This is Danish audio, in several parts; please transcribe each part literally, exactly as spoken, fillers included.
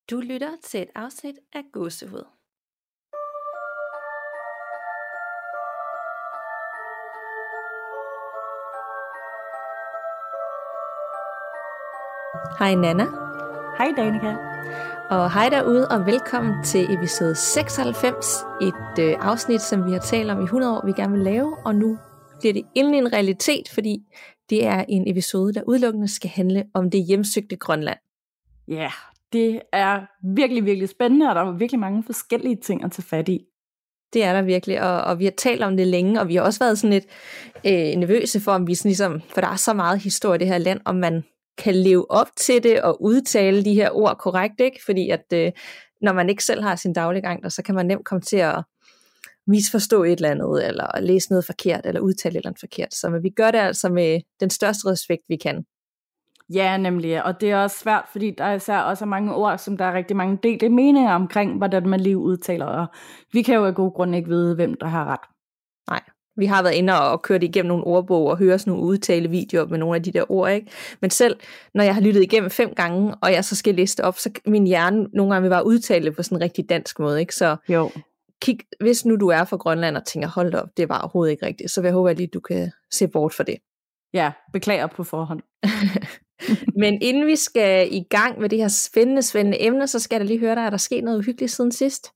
Du lytter til et afsnit af Gåsehud. Hej Nana. Hej Danika. Og hej derude, og velkommen til episode seksoghalvfems. Et øh, afsnit, som vi har talt om i hundrede år, vi gerne vil lave. Og nu bliver det endelig en realitet, fordi det er en episode, der udelukkende skal handle om det hjemsøgte Grønland. Ja, yeah, det er virkelig, virkelig spændende, og der er virkelig mange forskellige ting at tage fat i. Det er der virkelig, og, og vi har talt om det længe, og vi har også været sådan lidt øh, nervøse for, om vi sådan ligesom, for der er så meget historie i det her land, om man kan leve op til det og udtale de her ord korrekt, ikke? Fordi at øh, når man ikke selv har sin dagliggang der, så kan man nemt komme til at misforstå et eller andet, eller læse noget forkert, eller udtale et eller andet forkert. Så men vi gør det altså med den største respekt, vi kan. Ja, nemlig, og det er også svært, fordi der er især også mange ord, som der er rigtig mange delte meninger omkring, hvordan man lige udtaler, og vi kan jo af god grund ikke vide, hvem der har ret. Nej, vi har været inde og kørt igennem nogle ordbog og hørt sådan nogle udtalevideoer med nogle af de der ord, ikke? Men selv når jeg har lyttet igennem fem gange, og jeg så skal læse det op, så min hjerne nogle gange vil bare udtale det på sådan en rigtig dansk måde, ikke? Så jo. Kig, hvis nu du er fra Grønland og tænker, hold da op, det var overhovedet ikke rigtigt, så vil jeg håbe, at lige du kan se bort for det. Ja, beklager på forhånd. Men inden vi skal i gang med det her spændende, spændende emne, så skal jeg da lige høre dig, er der sket noget uhyggeligt siden sidst?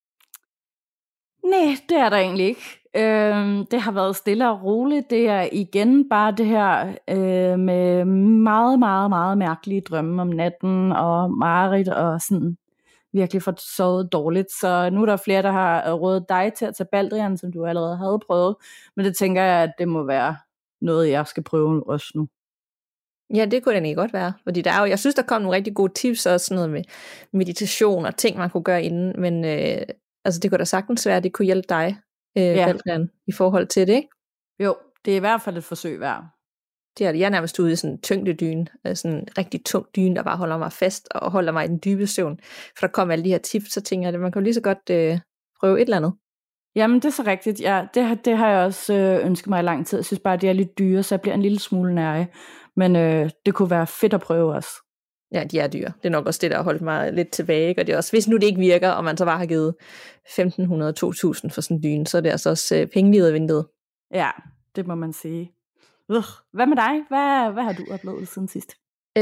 Nej, det er der egentlig ikke. Øhm, det har været stille og roligt. Det er igen bare det her øh, med meget, meget, meget mærkelige drømme om natten og mareridt og sådan virkelig fået sovet dårligt. Så nu er der flere, der har rådet dig til at tage Baldrian, som du allerede havde prøvet. Men det tænker jeg, at det må være noget, jeg skal prøve også nu. Ja, det kunne det egentlig godt være. Fordi der er jo, jeg synes, der kom nogle rigtig gode tips, også sådan noget med meditation og ting, man kunne gøre inden. Men øh, altså, det kunne da sagtens være, at det kunne hjælpe dig, øh, ja. Baldrian, i forhold til det, ikke? Jo, det er i hvert fald et forsøg værd. Det er det. Jeg er nærmest ude i sådan en tyngdedyne, sådan en rigtig tung dyne, der bare holder mig fast og holder mig i den dybe søvn. For der kom alle de her tips, så tænker jeg, at man kan jo lige så godt øh, prøve et eller andet. Jamen, det er så rigtigt. Ja, det, det har jeg også øh, ønsket mig i lang tid. Jeg synes bare, at det er lidt dyre, så jeg bliver en lille smule nærig. Men øh, det kunne være fedt at prøve også. Ja, de er dyre. Det er nok også det, der har holdt mig lidt tilbage. Ikke? Og det er også, hvis nu det ikke virker, og man så bare har givet femten hundrede til to tusind for sådan en dyne, så er det altså også øh, penge lige ud af vinduet. Ja, det må man sige. Uh, hvad med dig? Hvad, hvad har du oplevet siden sidst?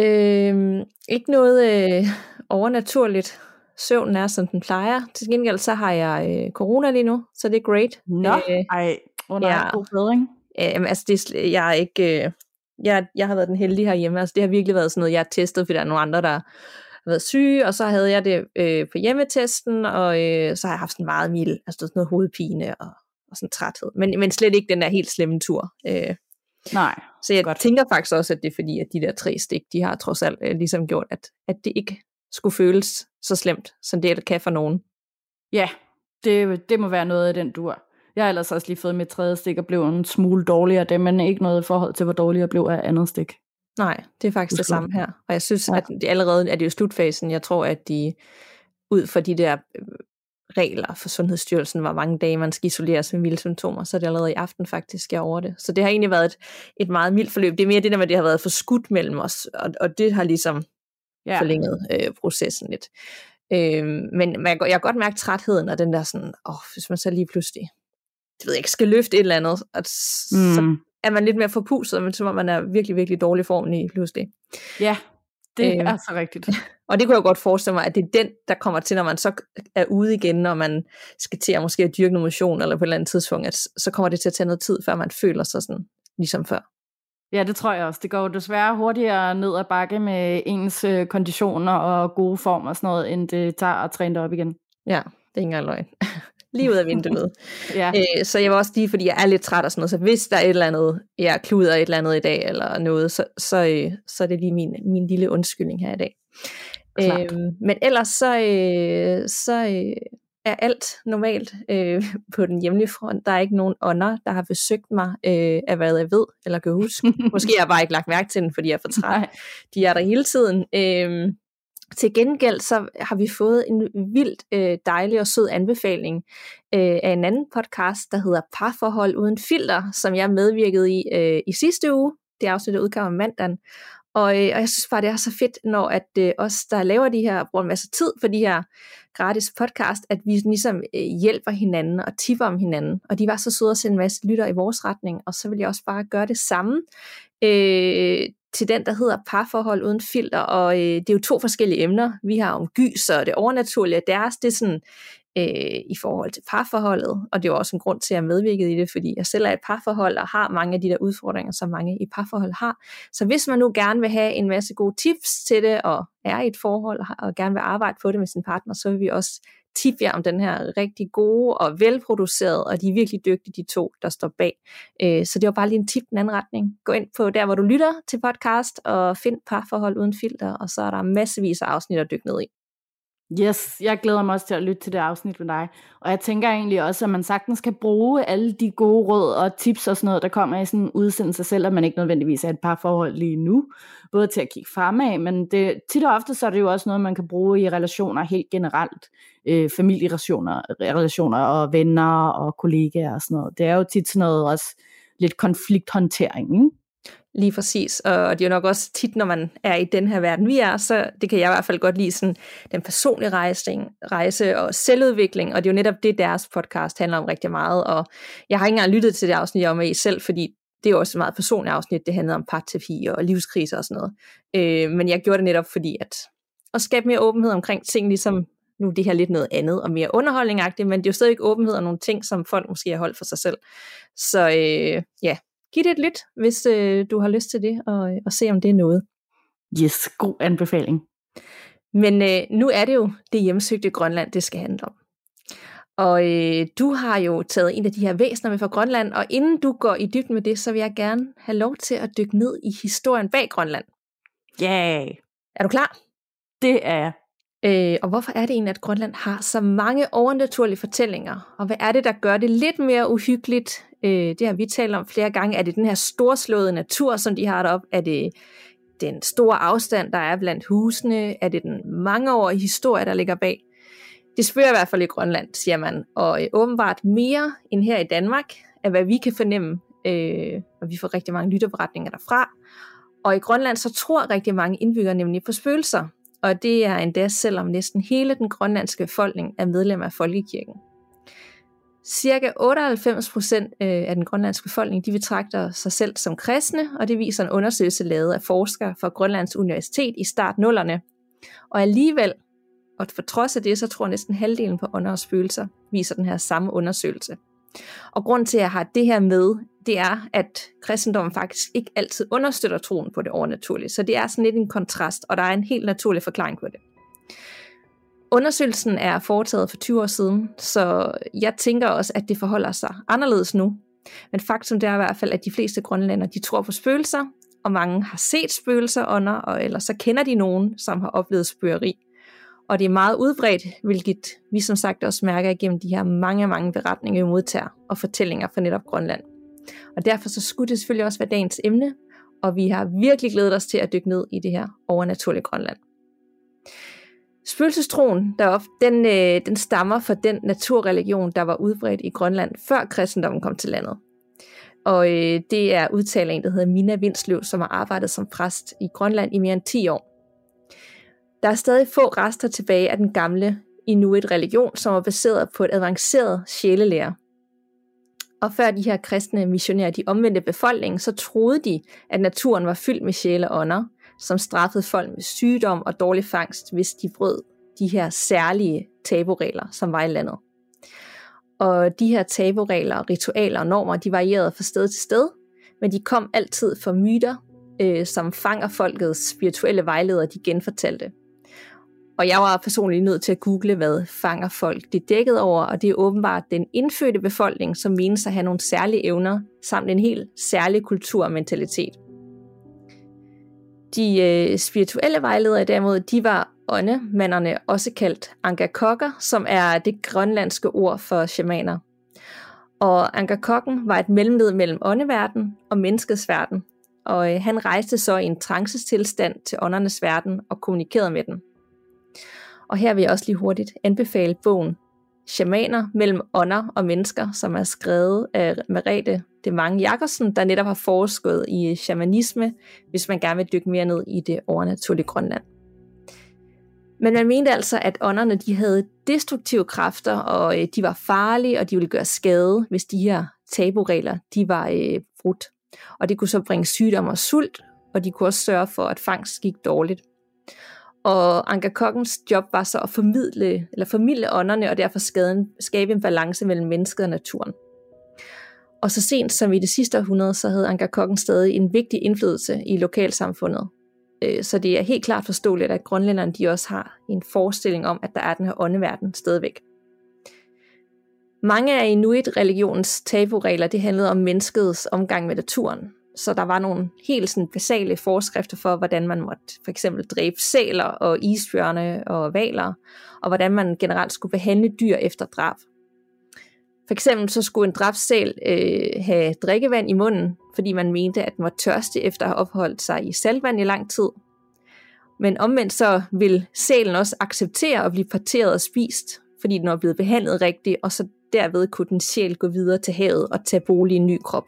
Øh, ikke noget øh, overnaturligt. Søvnen er, som den plejer. Til gengæld så har jeg øh, corona lige nu, så det er great. Nå, øh, ej, under ja, god bedring. Øh, altså, det, jeg er ikke... Øh, jeg, jeg har været den heldige herhjemme. Altså, det har virkelig været sådan noget, jeg har testet, fordi der er nogle andre, der har været syge, og så havde jeg det øh, på hjemmetesten, og øh, så har jeg haft sådan meget mild, altså sådan noget hovedpine og, og sådan træthed. Men, men slet ikke den der helt slemme tur. Øh, Nej. Så jeg godt. tænker faktisk også, at det er fordi, at de der tre stik, de har trods alt øh, ligesom gjort, at, at det ikke skulle føles så slemt, som det kan for nogen. Ja, det, det må være noget af den dur. Jeg har ellers også lige fået mit tredje stik og blev en smule dårligere det, men ikke noget i forhold til, hvor dårlig jeg blev af andet stik. Nej, det er faktisk Husk det samme her. Og jeg synes, ja. at det allerede er det jo slutfasen. Jeg tror, at de ud fra de der regler for Sundhedsstyrelsen, hvor mange dage man skal isoleres med milde symptomer, så er det allerede i aften faktisk, jeg er over det. Så det har egentlig været et, et meget mildt forløb. Det er mere det der med, at det har været for skudt mellem os, og, og det har ligesom ja. forlænget øh, processen lidt. Øh, men jeg, jeg kan godt mærke trætheden, og den der sådan, åh, hvis man så lige pludselig, det ved jeg ikke, skal løfte et eller andet, at mm. så er man lidt mere forpustet, men så må man er virkelig, virkelig dårlig form lige pludselig. Ja, det øh, er så rigtigt. Og det kunne jeg godt forestille mig, at det er den, der kommer til, når man så er ude igen, og man skal til at måske at dyrke noget motion, eller på et eller andet tidspunkt, at så kommer det til at tage noget tid, før man føler sig sådan, ligesom før. Ja, det tror jeg også. Det går jo desværre hurtigere ned ad bakke med ens øh, konditioner og gode form og sådan noget, end det tager at træne det op igen. Ja, det er ikke engang løgn. Lige ud af vinduet. ja. øh, så jeg var også lige, fordi jeg er lidt træt og sådan noget, så hvis der er et eller andet, jeg kluder et eller andet i dag, eller noget, så, så, øh, så er det lige min, min lille undskyldning her i dag. Øh, men ellers så, øh, så øh, er alt normalt øh, på den hjemlige front. Der er ikke nogen ånder, der har besøgt mig øh, af hvad jeg ved, eller kan huske. Måske har jeg bare ikke lagt mærke til den, fordi jeg er for træt. Nej. De er der hele tiden. Øh, Til gengæld så har vi fået en vildt øh, dejlig og sød anbefaling øh, af en anden podcast, der hedder Parforhold uden filter, som jeg medvirkede i øh, i sidste uge. Det afsnit udkom om mandagen. Og, øh, og jeg synes bare, det er så fedt, når at øh, os, der laver de her, bruger en masse tid for de her gratis podcast, at vi ligesom øh, hjælper hinanden og tipper om hinanden. Og de var så søde at sende en masse lytter i vores retning, og så vil jeg også bare gøre det samme øh, til den, der hedder Parforhold uden filter. Og øh, det er jo to forskellige emner. Vi har om gys og det overnaturlige, deres, det er sådan øh, i forhold til parforholdet, og det er jo også en grund til, at jeg medvirkede i det, fordi jeg selv er et parforhold, og har mange af de der udfordringer, som mange i parforhold har. Så hvis man nu gerne vil have en masse gode tips til det, og er i et forhold, og, og gerne vil arbejde på det med sin partner, så vil vi også tippe jer om den her rigtig gode og velproducerede, og de er virkelig dygtige, de to, der står bag. Øh, så det var bare lige en tip den anden retning. Gå ind på der, hvor du lytter til podcast, og find Parforhold uden filter, og så er der massevis af afsnit at dykke ned i. Yes, jeg glæder mig også til at lytte til det afsnit med dig. Og jeg tænker egentlig også, at man sagtens kan bruge alle de gode råd og tips og sådan noget, der kommer i sådan en udsendelse, selv at man ikke nødvendigvis er et parforhold lige nu. Både til at kigge fremad, men det, tit og ofte så er det jo også noget, man kan bruge i relationer helt generelt. Øh, familierelationer relationer og venner og kollegaer og sådan noget. Det er jo tit sådan noget også lidt konflikthåndtering, ikke? Lige præcis, og det er jo nok også tit, når man er i den her verden, vi er, så det kan jeg i hvert fald godt lide, sådan den personlige rejse, rejse og selvudvikling, og det er jo netop det, deres podcast handler om rigtig meget, og jeg har ikke engang lyttet til det afsnit, jeg var med i selv, fordi det er jo også et meget personligt afsnit, det handler om parterapi og livskriser og sådan noget, øh, men jeg gjorde det netop fordi, at at skabe mere åbenhed omkring ting, ligesom nu er det her lidt noget andet og mere underholdningagtigt, men det er jo stadig ikke åbenhed og nogle ting, som folk måske har holdt for sig selv, så øh, ja, giv det et lyt, hvis øh, du har lyst til det, og, og se om det er noget. Yes, god anbefaling. Men øh, nu er det jo det hjemsøgte Grønland, det skal handle om. Og øh, du har jo taget en af de her væsener med fra Grønland, og inden du går i dybden med det, så vil jeg gerne have lov til at dykke ned i historien bag Grønland. Ja. Yeah. Er du klar? Det er jeg. Øh, og hvorfor er det egentlig, at Grønland har så mange overnaturlige fortællinger? Og hvad er det, der gør det lidt mere uhyggeligt? Øh, det har vi talt om flere gange. Er det den her storslåede natur, som de har deroppe? Er det den store afstand, der er blandt husene? Er det den mangeårige historie, der ligger bag? Det spørger i hvert fald i Grønland, siger man. Og øh, åbenbart mere end her i Danmark, af hvad vi kan fornemme. Øh, og vi får rigtig mange lytterberetninger derfra. Og i Grønland så tror rigtig mange indbyggere nemlig på spøgelser. Og det er endda selvom næsten hele den grønlandske befolkning er medlem af folkekirken. Cirka otteoghalvfems procent af den grønlandske befolkning, de betragter sig selv som kristne, og det viser en undersøgelse lavet af forskere fra Grønlands Universitet i start nullerne. Og alligevel, og for trods af det, så tror næsten halvdelen på ånder og spøgelser, viser den her samme undersøgelse. Og grunden til, at jeg har det her med, det er, at kristendommen faktisk ikke altid understøtter troen på det overnaturlige. Så det er sådan lidt en kontrast, og der er en helt naturlig forklaring på det. Undersøgelsen er foretaget for tyve år siden, så jeg tænker også, at det forholder sig anderledes nu. Men faktum det er i hvert fald, at de fleste grønlændere, de tror på spøgelser, og mange har set spøgelser under, og ellers så kender de nogen, som har oplevet spøgeri. Og det er meget udbredt, hvilket vi som sagt også mærker igennem de her mange, mange beretninger, vi modtager og fortællinger fra netop Grønland. Og derfor så skulle det selvfølgelig også være dagens emne, og vi har virkelig glædet os til at dykke ned i det her overnaturlige Grønland. Spøgelsestroen deroppe, den, øh, den stammer fra den naturreligion, der var udbredt i Grønland, før kristendommen kom til landet. Og øh, det er udtalt af en, der hedder Mina Vindsløv, som har arbejdet som præst i Grønland i mere end ti år. Der er stadig få rester tilbage af den gamle Inuit-religion, som er baseret på et avanceret sjælelære. Og før de her kristne missionærer, de omvendte befolkningen, så troede de, at naturen var fyldt med sjæle og ånder, som straffede folk med sygdom og dårlig fangst, hvis de brød de her særlige taburegler, som var i landet. Og de her taburegler, ritualer og normer, de varierede fra sted til sted, men de kom altid fra myter, øh, som fanger folkets spirituelle vejledere, de genfortalte. Og jeg var personligt nødt til at google, hvad fanger folk det dækkede over, og det er åbenbart den indfødte befolkning, som menes at have nogle særlige evner, samt en helt særlig kultur og mentalitet. De øh, spirituelle vejledere derimod, de var åndemanderne, også kaldt Angakokker, som er det grønlandske ord for shamaner. Og Angakokken var et mellemled mellem åndeverden og menneskets verden, og øh, han rejste så i en trancestilstand til åndernes verden og kommunikerede med dem. Og her vil jeg også lige hurtigt anbefale bogen Shamaner mellem ånder og mennesker, som er skrevet af Merete det Mange Jakobsen, der netop har forsket i shamanisme, hvis man gerne vil dykke mere ned i det overnaturlige Grønland. Men man mente altså, at ånderne de havde destruktive kræfter, og øh, de var farlige, og de ville gøre skade, hvis de her taburegler de var øh, brudt. Og det kunne så bringe sygdom og sult, og de kunne også sørge for, at fangst gik dårligt. Og Angkor-Kokens job var så at formidle, eller formidle ånderne, og derfor skaden, skabe en balance mellem mennesket og naturen. Og så sent som i det sidste århundrede, så havde Angkor-Koken stadig en vigtig indflydelse i lokalsamfundet. Så det er helt klart forståeligt, at grønlænderne de også har en forestilling om, at der er den her åndeverden stadigvæk. Mange af Inuit-religionens taburegler, det handlede om menneskets omgang med naturen. Så der var nogle helt sådan basale forskrifter for, hvordan man måtte for eksempel dræbe sæler og isbjørne og hvaler, og hvordan man generelt skulle behandle dyr efter drab. For eksempel så skulle en dræbt sæl øh, have drikkevand i munden, fordi man mente, at den var tørstig efter at have opholdt sig i saltvand i lang tid. Men omvendt så ville sælen også acceptere at blive parteret og spist, fordi den var blevet behandlet rigtigt, og så derved kunne den sjæl gå videre til havet og tage bolig i en ny krop.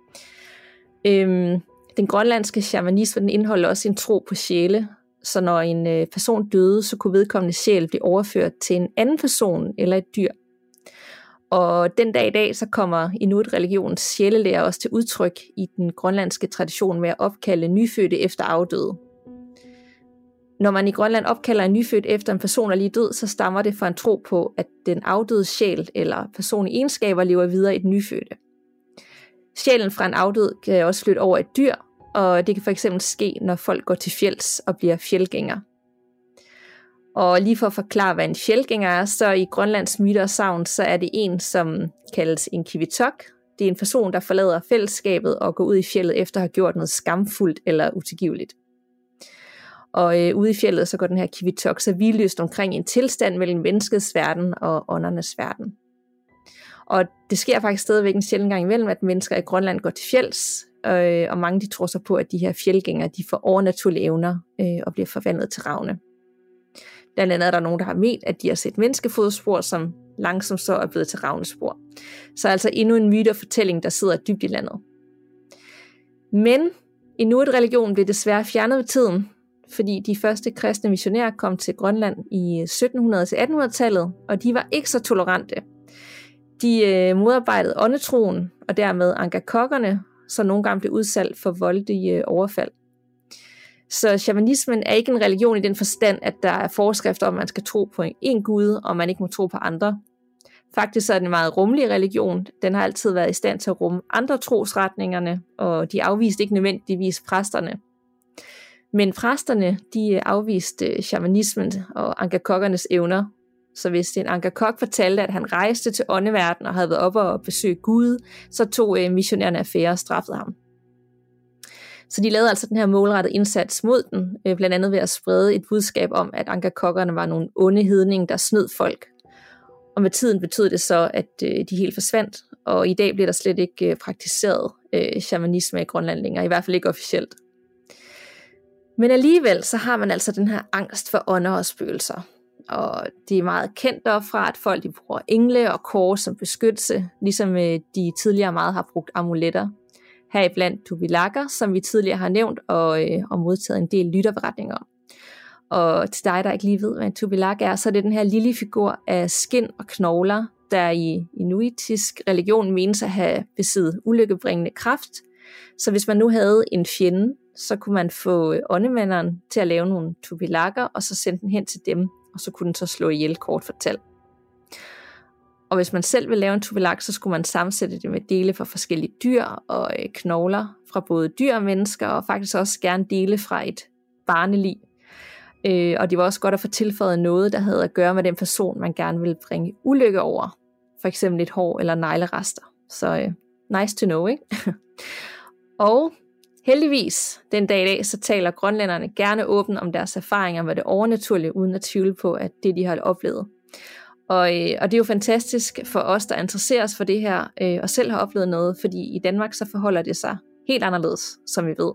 Øhm, den grønlandske shamanisme den indeholder også en tro på sjæle, så når en øh, person døde, så kunne vedkommende sjæl blive overført til en anden person eller et dyr. Og den dag i dag, så kommer Inuit-religionens sjælelære også til udtryk i den grønlandske tradition med at opkalde nyfødte efter afdøde. Når man i Grønland opkalder en nyfødt efter en person er lige død, så stammer det fra en tro på, at den afdøde sjæl eller personlige egenskaber lever videre i den nyfødte. Sjælen fra en afdød kan også flytte over et dyr, og det kan for eksempel ske, når folk går til fjelds og bliver fjeldgængere. Og lige for at forklare, hvad en fjeldgænger er, så i Grønlands myter og sagn, så er det en, som kaldes en kivitok. Det er en person, der forlader fællesskabet og går ud i fjeldet efter at have gjort noget skamfuldt eller utilgiveligt. Og øh, ude i fjeldet, så går den her kivitok så hvileløst omkring en tilstand mellem menneskets verden og åndernes verden. Og det sker faktisk stadigvæk en sjælden gang imellem, at mennesker i Grønland går til fjelds, øh, og mange de tror så på, at de her fjeldgængere de får overnaturlige evner øh, og bliver forvandlet til ravne. Blandt andet er der nogen, der har ment, at de har set menneskefodspor, som langsomt så er blevet til ravnespor. Så altså endnu en myte og fortælling, der sidder dybt i landet. Men Inuit-religionen blev desværre fjernet ved tiden, fordi de første kristne missionærer kom til Grønland i sytten hundrede til atten hundrede-tallet, og de var ikke så tolerante. De øh, modarbejdede åndetroen, og dermed Angkor-Kokerne, så nogle gange blev udsat for voldelige øh, overfald. Så shamanismen er ikke en religion i den forstand, at der er forskrifter om, at man skal tro på en gud, og man ikke må tro på andre. Faktisk så er den en meget rummelig religion. Den har altid været i stand til at rumme andre trosretningerne, og de afviste ikke nødvendigvis præsterne. Men præsterne, de afviste shamanismen og Angkor-Kokernes evner. Så hvis en Angkor-Kok fortalte, at han rejste til åndeverdenen og havde været oppe og besøgt Gud, så tog missionærerne affære og straffede ham. Så de lavede altså den her målrettede indsats mod den, blandt andet ved at sprede et budskab om, at Angkor-Kokerne var nogle onde hedninge, der snød folk. Og med tiden betød det så, at de helt forsvandt, og i dag bliver der slet ikke praktiseret shamanisme i Grønland længere, i hvert fald ikke officielt. Men alligevel så har man altså den her angst for ånder og spøgelser. Og det er meget kendt derfra, at folk de bruger engle og kors som beskyttelse, ligesom de tidligere meget har brugt amuletter. Heriblandt tubilakker, som vi tidligere har nævnt og, øh, og modtaget en del lytterberetninger om. Og til dig, der ikke lige ved, hvad en tubilak er, så er det den her lille figur af skind og knogler, der i inuitisk religion menes at have besiddet ulykkebringende kraft. Så hvis man nu havde en fjende, så kunne man få åndemænderen til at lave nogle tubilakker, og så sende den hen til dem, og så kunne den så slå ihjel, kort fortalt. Og hvis man selv vil lave en tubilak, så skulle man sammensætte det med dele fra forskellige dyr og øh, knogler fra både dyr og mennesker, og faktisk også gerne dele fra et barnelig. Øh, og det var også godt at få tilføjet noget, der havde at gøre med den person, man gerne ville bringe ulykke over. For eksempel et hår eller neglerester. Så øh, nice to know, ikke? Og heldigvis, den dag i dag, så taler grønlænderne gerne åbent om deres erfaringer med det overnaturlige, uden at tvivle på, at det de har oplevet. Og, øh, og det er jo fantastisk for os, der interesserer os for det her, øh, og selv har oplevet noget, fordi i Danmark så forholder det sig helt anderledes, som vi ved.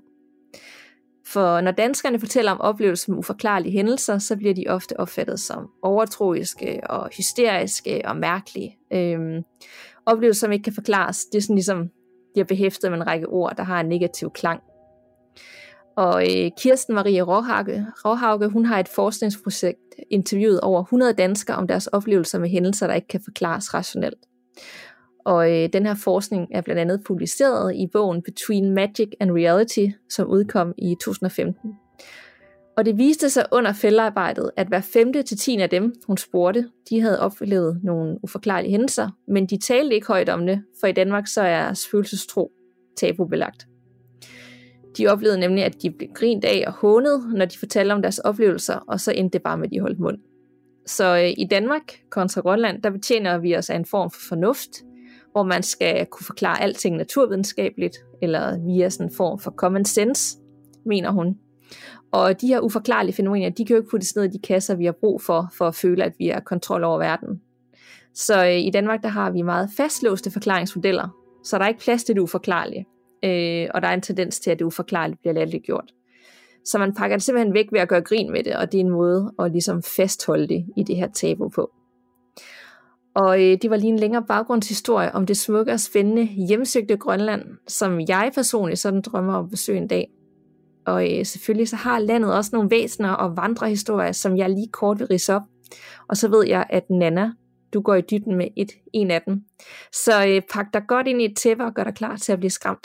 For når danskerne fortæller om oplevelser med uforklarlige hændelser, så bliver de ofte opfattet som overtroiske og hysteriske og mærkelige. Øhm, oplevelser, som ikke kan forklares, det er sådan ligesom De er behæftet med en række ord, der har en negativ klang. Og øh, Kirsten Marie Råhauge, Råhauge, hun har et forskningsprojekt interviewet over hundrede danskere om deres oplevelser med hændelser, der ikke kan forklares rationelt. Og øh, den her forskning er blandt andet publiceret i bogen Between Magic and Reality, som udkom i to tusind og femten. Og det viste sig under feltarbejdet, at hver femte til tiende af dem, hun spurgte, de havde oplevet nogle uforklarlige hændelser, men de talte ikke højt om det, for i Danmark så er følelsestro tabubelagt. De oplevede nemlig, at de blev grint af og hånet, når de fortalte om deres oplevelser, og så endte det bare med, at de holdt mund. Så øh, i Danmark kontra Grønland, der betjener vi os af en form for fornuft, hvor man skal kunne forklare alting naturvidenskabeligt, eller via sådan en form for common sense, mener hun. Og de her uforklarlige fænomener, de kan jo ikke puttes ned i de kasser, vi har brug for, for at føle, at vi har kontrol over verden. Så øh, i Danmark, der har vi meget fastlåste forklaringsmodeller, så der er ikke plads til det uforklarlige. Øh, og der er en tendens til, at det uforklarlige bliver latterliggjort. Så man pakker det simpelthen væk ved at gøre grin med det, og det er en måde at ligesom fastholde det i det her tabu på. Og øh, det var lige en længere baggrundshistorie om det smukke og spændende hjemsøgte Grønland, som jeg personligt sådan drømmer om at besøge en dag. Og øh, selvfølgelig så har landet også nogle væsener og vandrehistorier, som jeg lige kort vil ridse op. Og så ved jeg, at Nanna, du går i dybden med et, en af dem. Så øh, pak dig godt ind i et tæppe og gør dig klar til at blive skræmt.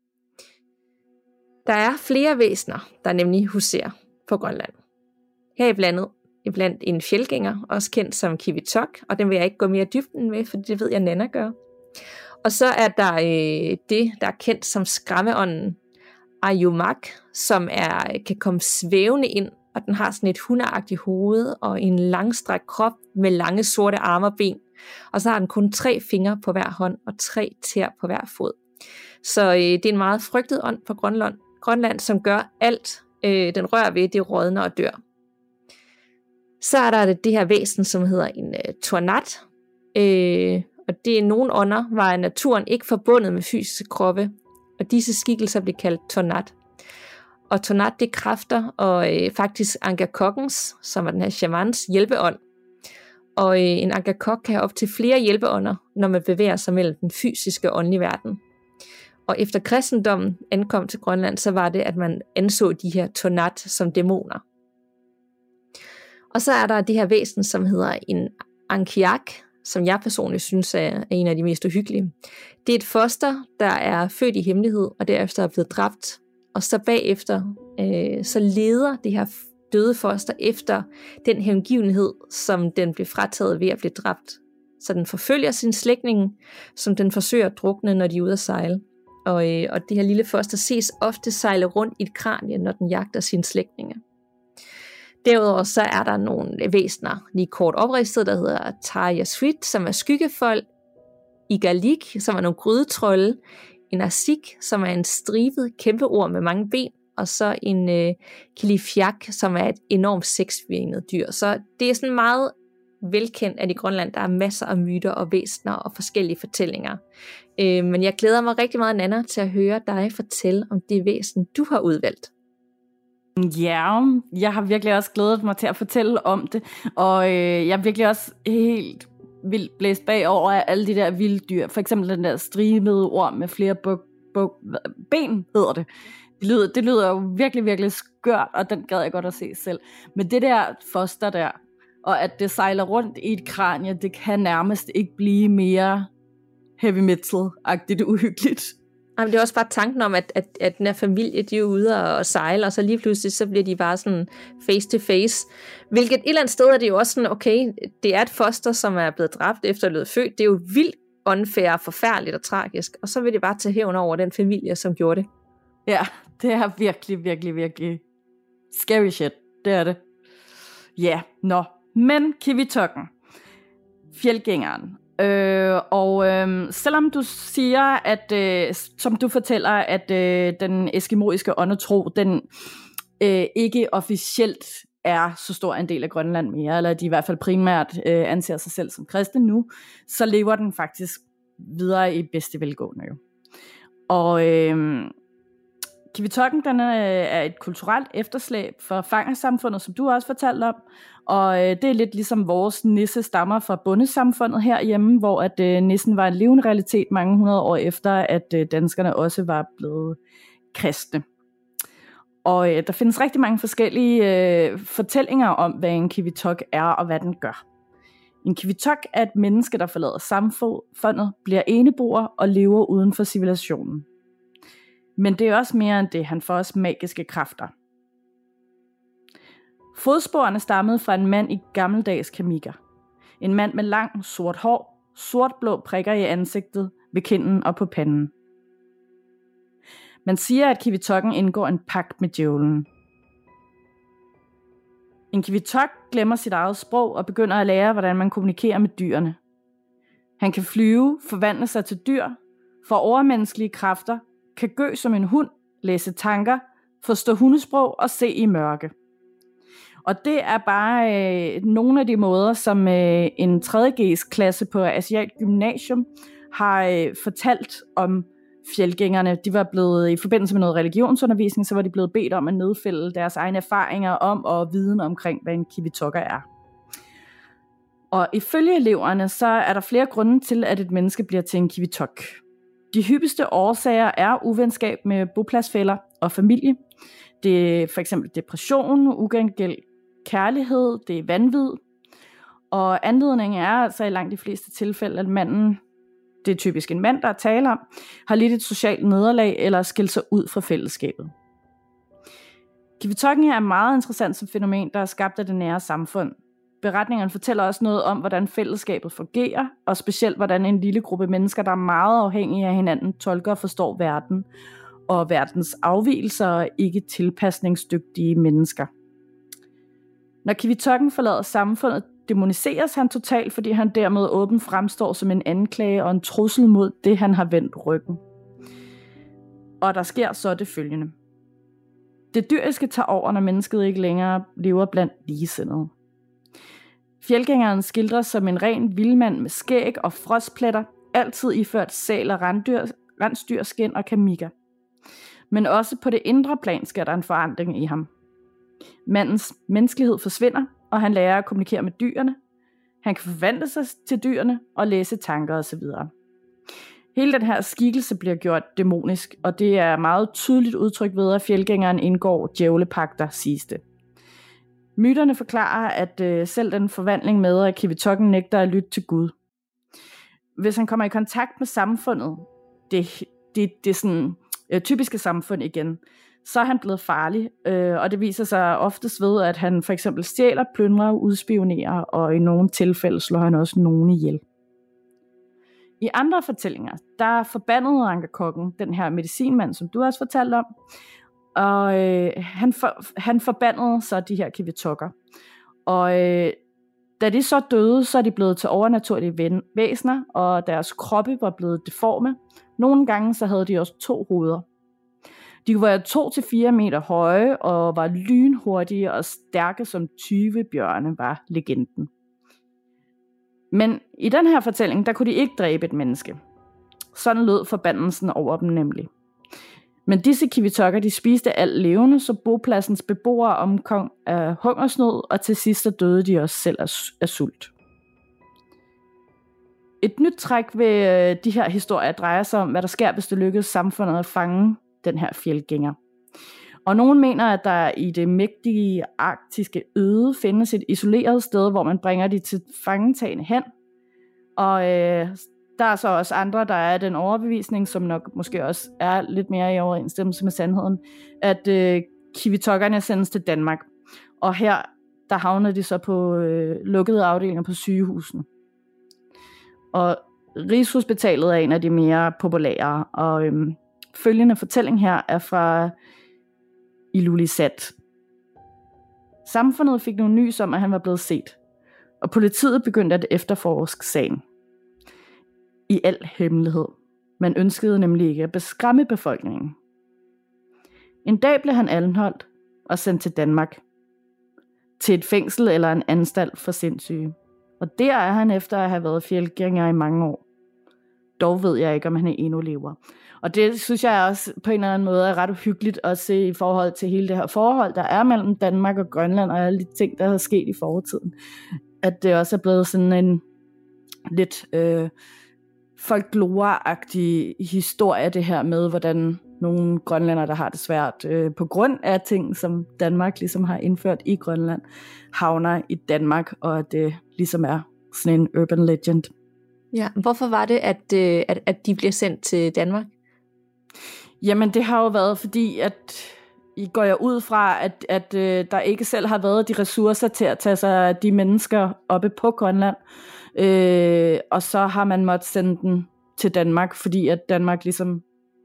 Der er flere væsener, der nemlig huserer på Grønland. Her er blandt, blandt en fjeldgænger, også kendt som Kivitok, og den vil jeg ikke gå mere i dybden med, for det ved jeg, Nanna gør. Og så er der øh, det, der er kendt som skræmmeånden Ayumak, som er, kan komme svævende ind, og den har sådan et hundeagtigt hoved og en langstrakt krop med lange sorte arme og ben. Og så har den kun tre fingre på hver hånd og tre tæer på hver fod. Så øh, det er en meget frygtet ånd på Grønland, Grønland som gør alt, øh, den rører ved, det rådner og dør. Så er der det, det her væsen, som hedder en øh, tornat. Øh, og det er nogle ånder, var naturen ikke forbundet med fysiske kroppe, og disse skikkelser bliver kaldt tornat. Og tornat, det kræfter, og øh, faktisk Angakokens, som er den her shamans hjælpeånd. Og øh, en Angakok kan have op til flere hjælpeånder, når man bevæger sig mellem den fysiske og åndelige verden. Og efter kristendommen ankom til Grønland, så var det, at man anså de her tornat som dæmoner. Og så er der det her væsen, som hedder en Ankiak, som jeg personligt synes er en af de mest uhyggelige. Det er et foster, der er født i hemmelighed, og derefter er blevet dræbt. Og så bagefter, øh, så leder det her døde foster efter den hengivenhed, som den blev frataget ved at blive dræbt. Så den forfølger sin slægtninge, som den forsøger at drukne, når de er ude at sejle. Og, øh, og det her lille foster ses ofte sejle rundt i et kranie, når den jagter sine slægtninge. Derudover så er der nogle væsener, lige kort opridset, der hedder Tarja Sweet, som er skyggefolk, Igalik, som er nogle grydetrolde, en Asik, som er en stribet kæmpeord med mange ben, og så en øh, Kilifiak, som er et enormt seksbenet dyr. Så det er sådan meget velkendt, at i Grønland der er masser af myter og væsener og forskellige fortællinger. Øh, men jeg glæder mig rigtig meget, Nanna, til at høre dig fortælle om det væsen, du har udvalgt. Ja, jeg har virkelig også glædet mig til at fortælle om det, og øh, jeg er virkelig også helt vildt blæst bagover af alle de der vilde dyr. For eksempel den der stribede orm med flere buk, buk, ben, hedder det. Det lyder, det lyder jo virkelig, virkelig skørt, og den gad jeg godt at se selv. Men det der foster der, og at det sejler rundt i et kranie, det kan nærmest ikke blive mere heavy metal-agtigt uhyggeligt. Jamen, det er også bare tanken om, at, at, at den her familie, de er ude og, og sejle, og så lige pludselig, så bliver de bare sådan face to face. Hvilket et eller andet sted er det jo også sådan, okay, det er et foster, som er blevet dræbt efter at blevet født. Det er jo vildt unfair, forfærdeligt og tragisk. Og så vil det bare tage hævn over den familie, som gjorde det. Ja, det er virkelig, virkelig, virkelig scary shit. Det er det. Ja, yeah, nå. Men Kivitokken, fjeldgængeren. Øh, og øh, selvom du siger, at øh, som du fortæller, at øh, den eskimoiske åndetro, den øh, ikke officielt er så stor en del af Grønland mere, eller de i hvert fald primært øh, anser sig selv som kristne nu, så lever den faktisk videre i bedste velgående jo. Og øh, Kivitokken, den er et kulturelt efterslæb for fangersamfundet, som du også fortalte om, og det er lidt ligesom vores nisse stammer fra bondesamfundet herhjemme, hvor at nissen var en levende realitet mange hundrede år efter, at danskerne også var blevet kristne. Og der findes rigtig mange forskellige fortællinger om, hvad en kivitok er og hvad den gør. En kivitok er et menneske, der forlader samfundet, bliver eneboer og lever uden for civilisationen. Men det er også mere end det, han får også magiske kræfter. Fodsporene stammede fra en mand i gammeldags kamikker. En mand med lang, sort hår, sort-blå prikker i ansigtet, ved kinden og på panden. Man siger, at kivitokken indgår en pagt med djævlen. En kivitok glemmer sit eget sprog og begynder at lære, hvordan man kommunikerer med dyrene. Han kan flyve, forvandle sig til dyr, få overmenneskelige kræfter, kan gø som en hund, læse tanker, forstå hundesprog og se i mørke. Og det er bare øh, nogle af de måder, som øh, en tredje G's klasse på Asiat Gymnasium har øh, fortalt om fjeldgængerne. De var blevet, i forbindelse med noget religionsundervisning, så var de blevet bedt om at nedfælde deres egne erfaringer om og viden omkring, hvad en kivitokker er. Og ifølge eleverne, så er der flere grunde til, at et menneske bliver til en kivitok. De hyppigste årsager er uvenskab med bopladsfæller og familie. Det er for eksempel depression, ugengældt kærlighed, det er vanvid. Og anledningen er altså i langt de fleste tilfælde, at manden, det er typisk en mand, der taler om, har lidt et socialt nederlag eller skilt sig ud fra fællesskabet. Kivitokken er meget interessant som fænomen, der er skabt af det nære samfund. Beretningerne fortæller også noget om, hvordan fællesskabet fungerer, og specielt hvordan en lille gruppe mennesker, der er meget afhængige af hinanden, tolker og forstår verden, og verdens afvigelser og ikke tilpasningsdygtige mennesker. Når kivitokken forlader samfundet, demoniseres han totalt, fordi han dermed åbent fremstår som en anklage og en trussel mod det, han har vendt ryggen. Og der sker så det følgende. Det dyriske tager over, når mennesket ikke længere lever blandt ligesindede. Fjeldgængeren skildres som en ren vildmand med skæg og frostpletter, altid iført sæl og rensdyr, rensdyrskin og kamikker. Men også på det indre plan sker der en forandring i ham. Mandens menneskelighed forsvinder, og han lærer at kommunikere med dyrene. Han kan forvandle sig til dyrene og læse tanker osv. Hele den her skikkelse bliver gjort dæmonisk, og det er meget tydeligt udtrykt ved, at fjeldgængeren indgår djævlepagter, siges det. Myterne forklarer, at øh, selv den forvandling med, at kivitokken nægter at lytte til Gud. Hvis han kommer i kontakt med samfundet, det, det, det er sådan øh, typiske samfund igen, så er han blevet farlig, øh, og det viser sig oftest ved, at han for eksempel stjæler, plyndrer, udspionerer, og i nogle tilfælde slår han også nogen ihjel. I andre fortællinger, der forbandede Angerkokken, den her medicinmand, som du også fortalte om, og øh, han, for, han forbandede så de her kivitokker. Og øh, da de så døde, så er de blevet til overnaturlige væsener, og deres kroppe var blevet deforme. Nogle gange så havde de også to hoveder. De var to til fire meter høje, og var lynhurtige og stærke som tyve bjørne, var legenden. Men i den her fortælling, der kunne de ikke dræbe et menneske. Sådan lød forbandelsen over dem nemlig. Men disse kivitokker, de spiste alt levende, så bopladsens beboere omkom af hungersnød, og til sidst så døde de også selv af, af sult. Et nyt træk ved de her historier drejer sig om, hvad der sker, hvis det lykkes samfundet at fange den her fjeldgænger. Og nogen mener, at der i det mægtige arktiske øde findes et isoleret sted, hvor man bringer de til fangetagende hen. Og øh, der er så også andre, der er den overbevisning, som nok måske også er lidt mere i overensstemmelse med sandheden, at øh, kivitokkerne sendes til Danmark. Og her, der havner de så på øh, lukkede afdelinger på sygehusene. Og Rigshospitalet er en af de mere populære, og øh, følgende fortælling her er fra Ilulissat. Samfundet fik nogle nys om, at han var blevet set, og politiet begyndte at efterforske sagen. I al hemmelighed. Man ønskede nemlig ikke at beskræmme befolkningen. En dag blev han anholdt og sendt til Danmark. Til et fængsel eller en anstalt for sindssyge. Og der er han efter at have været fjeldgænger i mange år. dog ved jeg ikke, om han endnu lever. Og det synes jeg også på en eller anden måde er ret uhyggeligt at se i forhold til hele det her forhold, der er mellem Danmark og Grønland, og alle de ting, der har sket i fortiden. At det også er blevet sådan en lidt øh, folklore-agtig historie, det her med, hvordan nogle grønlændere, der har det svært øh, på grund af ting, som Danmark ligesom har indført i Grønland, havner i Danmark, og at det ligesom er sådan en urban legend. Ja, hvorfor var det, at, øh, at, at de bliver sendt til Danmark? Jamen, det har jo været fordi, at I går jeg ud fra, at, at øh, der ikke selv har været de ressourcer til at tage sig af de mennesker oppe på Grønland. Øh, og så har man måttet sende den til Danmark, fordi at Danmark ligesom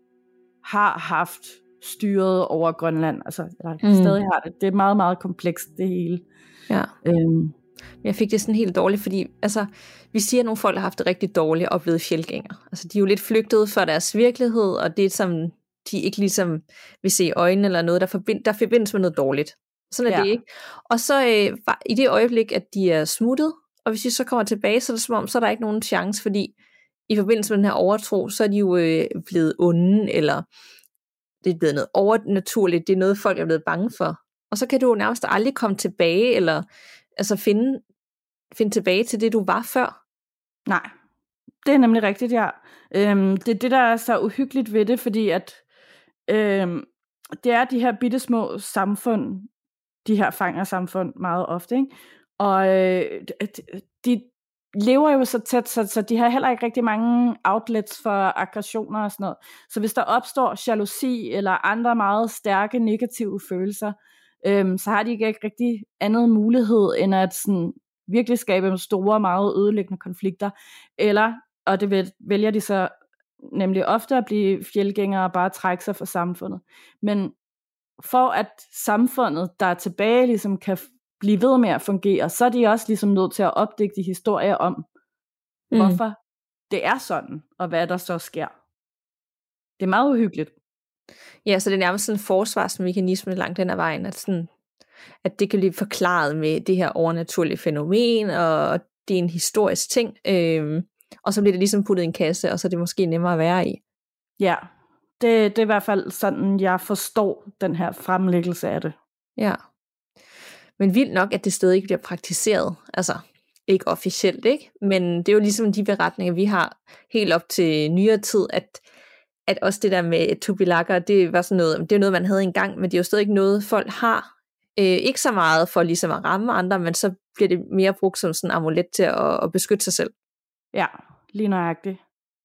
har haft styret over Grønland. Altså, eller mm. stadig har det. Det er meget, meget komplekst, det hele. Ja. Øhm. Jeg fik det sådan helt dårligt, fordi altså, vi siger, at nogle folk har haft det rigtig dårligt og blevet fjeldgængere. Altså, de er jo lidt flygtet fra deres virkelighed, og det som de ikke ligesom vil se i øjnene eller noget, der, forbind, der forbindes med noget dårligt. Sådan er ja. det ikke. Og så øh, i det øjeblik, at de er smuttet, og hvis de så kommer tilbage, så er det som om, så er der ikke nogen chance, fordi i forbindelse med den her overtro, så er de jo øh, blevet onde, eller det er blevet noget overnaturligt, det er noget, folk er blevet bange for. Og så kan du jo nærmest aldrig komme tilbage, eller altså finde, finde tilbage til det, du var før. Nej, det er nemlig rigtigt, ja. Øhm, det er det, der er så uhyggeligt ved det, fordi at øhm, det er de her bittesmå samfund, de her fangersamfund meget ofte, ikke? Og øh, de lever jo så tæt, så, så de har heller ikke rigtig mange outlets for aggressioner og sådan noget. Så hvis der opstår jalousi eller andre meget stærke negative følelser, øhm, så har de ikke rigtig andet mulighed, end at sådan, virkelig skabe store, meget ødelæggende konflikter. Eller, og det vælger de så nemlig ofte at blive fjeldgængere og bare trække sig fra samfundet. Men for at samfundet, der er tilbage, ligesom kan blive ved med at fungere, så er de også ligesom nødt til at opdigte historier om, mm. hvorfor det er sådan, og hvad der så sker. Det er meget uhyggeligt. Ja, så det er nærmest sådan en forsvarsmekanisme langt den ad vejen, at, sådan, at det kan blive forklaret med det her overnaturlige fænomen, og det er en historisk ting, øhm, og så bliver det ligesom puttet i en kasse, og så er det måske nemmere at være i. Ja, det, det er i hvert fald sådan, jeg forstår den her fremlæggelse af det. Ja. Men vildt nok, at det stadig ikke bliver praktiseret. Altså, ikke officielt, ikke? Men det er jo ligesom de beretninger, vi har helt op til nyere tid, at, at også det der med tubilakker, det var sådan noget, det er noget, man havde engang, men det er jo stadig ikke noget, folk har. Øh, ikke så meget for ligesom at ramme andre, men så bliver det mere brugt som sådan en amulet til at, at beskytte sig selv. Ja, lige nøjagtigt.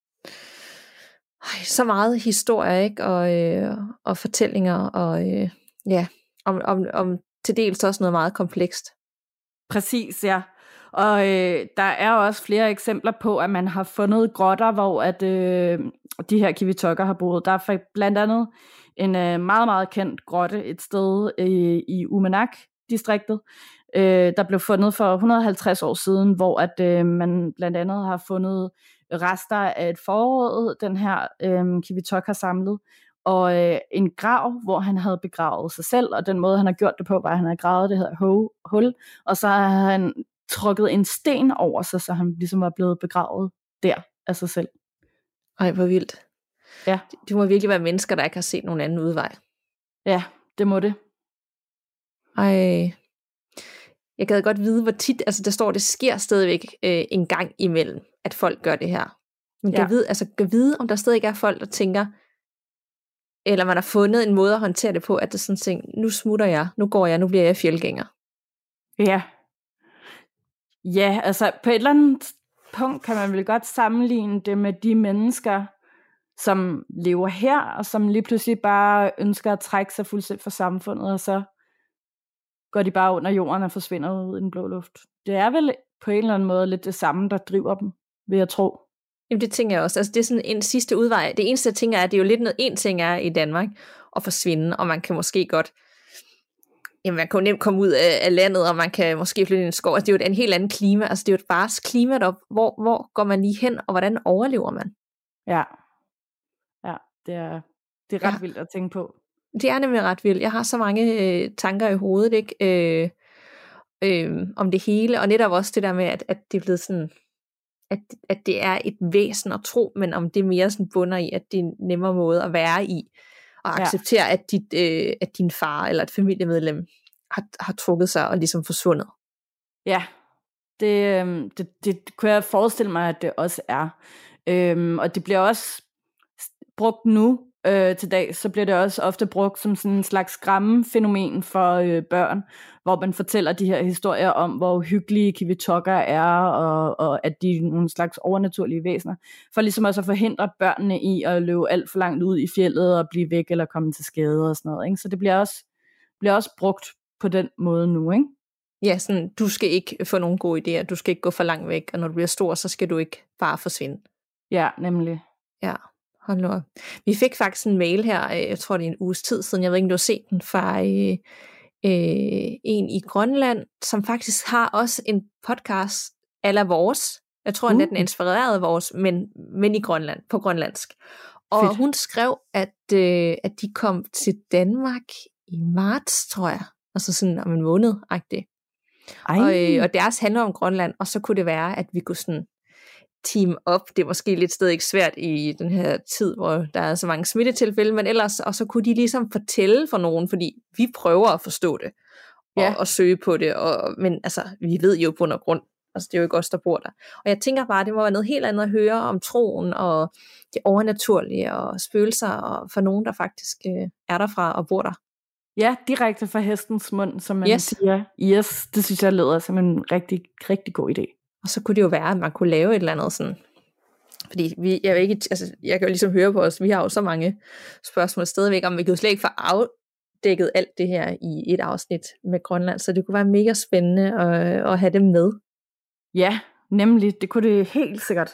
Ej, så meget historie, ikke? Og, øh, og fortællinger, og øh, ja, om, om, om til dels også noget meget komplekst. Præcis, ja. Og øh, der er også flere eksempler på, at man har fundet grotter, hvor at, øh, de her Kiwitokker har boet. Der er blandt andet en øh, meget, meget kendt grotte et sted øh, i Uummannaq-distriktet, øh, der blev fundet for et hundrede og halvtreds år siden, hvor at, øh, man blandt andet har fundet rester af et forråd, den her øh, Kiwitok har samlet, og øh, en grav, hvor han havde begravet sig selv, og den måde, han har gjort det på, var, at han havde gravet det her hul, og så har han trukket en sten over sig, så han ligesom var blevet begravet der af sig selv. Ej, hvor vildt. Ja. Det må virkelig være mennesker, der ikke har set nogen anden udvej. Ja, det må det. Ej, jeg gad godt vide, hvor tit, altså der står, det sker stadigvæk øh, en gang imellem, at folk gør det her. Men ja. kan vide, altså kan vide, om der stadig er folk, der tænker, eller man har fundet en måde at håndtere det på, at det sådan ting, nu smutter jeg, nu går jeg, nu bliver jeg fjeldgænger. Ja. Ja, altså på et eller andet punkt kan man vel godt sammenligne det med de mennesker, som lever her, og som lige pludselig bare ønsker at trække sig fuldstændig fra samfundet, og så går de bare under jorden og forsvinder ud i den blå luft. Det er vel på en eller anden måde lidt det samme, der driver dem, vil jeg tro. Jamen det tænker jeg også. Altså det er sådan en sidste udvej. Det eneste jeg tænker er, at det er jo lidt noget, en ting er i Danmark at forsvinde, og man kan måske godt, jamen man kan jo nemt komme ud af, af landet, og man kan måske flytte i en skov. Altså det er jo et en helt anden klima. Altså det er jo et barskt klima deroppe. Hvor, hvor går man lige hen, og hvordan overlever man? Ja, ja det er, det er ret ja. vildt at tænke på. Det er nemlig ret vildt. Jeg har så mange øh, tanker i hovedet, ikke? Øh, øh, om det hele, og netop også det der med, at, at det er blevet sådan, at, at det er et væsen at tro, men om det mere sådan bunder i, at det er en nemmere måde at være i, og acceptere, ja. at, dit, øh, at din far eller et familiemedlem har, har trukket sig og ligesom forsvundet. Ja, det, det, det kunne jeg forestille mig, at det også er. Øhm, og det bliver også brugt nu øh, til dag, så bliver det også ofte brugt som sådan en slags skræmmefænomen for øh, børn, hvor man fortæller de her historier om, hvor uhyggelige Kiwitoka er, og, og at de er nogle slags overnaturlige væsener, for ligesom også at forhindre børnene i at løbe alt for langt ud i fjeldet og blive væk eller komme til skade og sådan noget. Ikke? Så det bliver også, bliver også brugt på den måde nu, ikke? Ja, sådan, du skal ikke få nogle gode idéer, du skal ikke gå for langt væk, og når du bliver stor, så skal du ikke bare forsvinde. Ja, nemlig. Ja, hold nu op. Vi fik faktisk en mail her, jeg tror det er en uges tid siden, jeg ved ikke, om du har set den, fra øh, øh, en i Grønland, som faktisk har også en podcast a la vores. Jeg tror, uh. at den er inspireret af vores, men, men i Grønland, på grønlandsk. Og Fedt. Hun skrev, at, øh, at de kom til Danmark i marts, tror jeg. Altså sådan om en måned-agtigt. Og, øh, og deres handler om Grønland, og så kunne det være, at vi kunne sådan team op. Det er måske lidt stadig svært i den her tid, hvor der er så mange smittetilfælde, men ellers, og så kunne de ligesom fortælle for nogen, fordi vi prøver at forstå det, og, ja. og søge på det, og, men altså, vi ved jo på grund af grund, altså det er jo ikke os, der bor der. Og jeg tænker bare, det må være noget helt andet at høre om troen, og det overnaturlige, og spøgelser, og for nogen, der faktisk øh, er derfra og bor der. Ja, direkte fra hestens mund, som man yes. siger. Yes, det synes jeg lyder som en rigtig, rigtig god idé. Og så kunne det jo være, at man kunne lave et eller andet sådan, fordi vi, jeg, vil ikke, altså, jeg kan jo ligesom høre på os, vi har jo så mange spørgsmål stadigvæk, om vi kan jo slet ikke få afdækket alt det her i et afsnit med Grønland, så det kunne være mega spændende at, at have dem med. Ja, nemlig, det kunne det helt sikkert.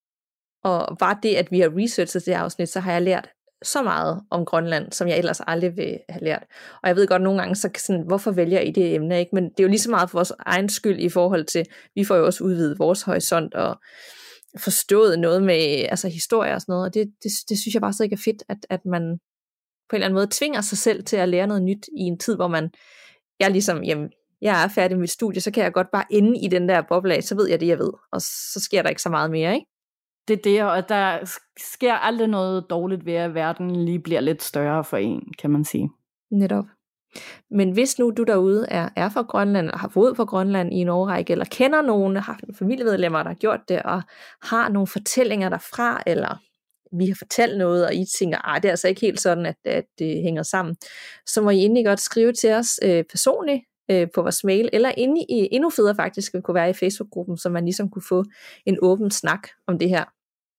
Og bare det, at vi har researchet det afsnit, så har jeg lært så meget om Grønland, som jeg ellers aldrig vil have lært. Og jeg ved godt nogle gange, så sådan, hvorfor vælger I det emne, ikke? Men det er jo lige så meget for vores egen skyld i forhold til, vi får jo også udvidet vores horisont og forstået noget med altså historie og sådan noget, og det, det, det synes jeg bare så ikke er fedt, at, at man på en eller anden måde tvinger sig selv til at lære noget nyt i en tid, hvor man, jeg ligesom, jamen, jeg er færdig med mit studie, så kan jeg godt bare inde i den der boble af, så ved jeg det, jeg ved, og så sker der ikke så meget mere, ikke? Det er det, og der sker aldrig noget dårligt ved, at verden lige bliver lidt større for en, kan man sige. Netop. Men hvis nu du derude er, er fra Grønland, eller har boet på Grønland i en årrække, eller kender nogen, har haft familiemedlemmer, der har gjort det, og har nogle fortællinger derfra, eller vi har fortalt noget, og I tænker, at det er altså ikke helt sådan, at, at det hænger sammen, så må I endelig godt skrive til os øh, personligt, på vores mail, eller inde i, endnu federe faktisk, kunne være i Facebook-gruppen, så man ligesom kunne få en åben snak om det her.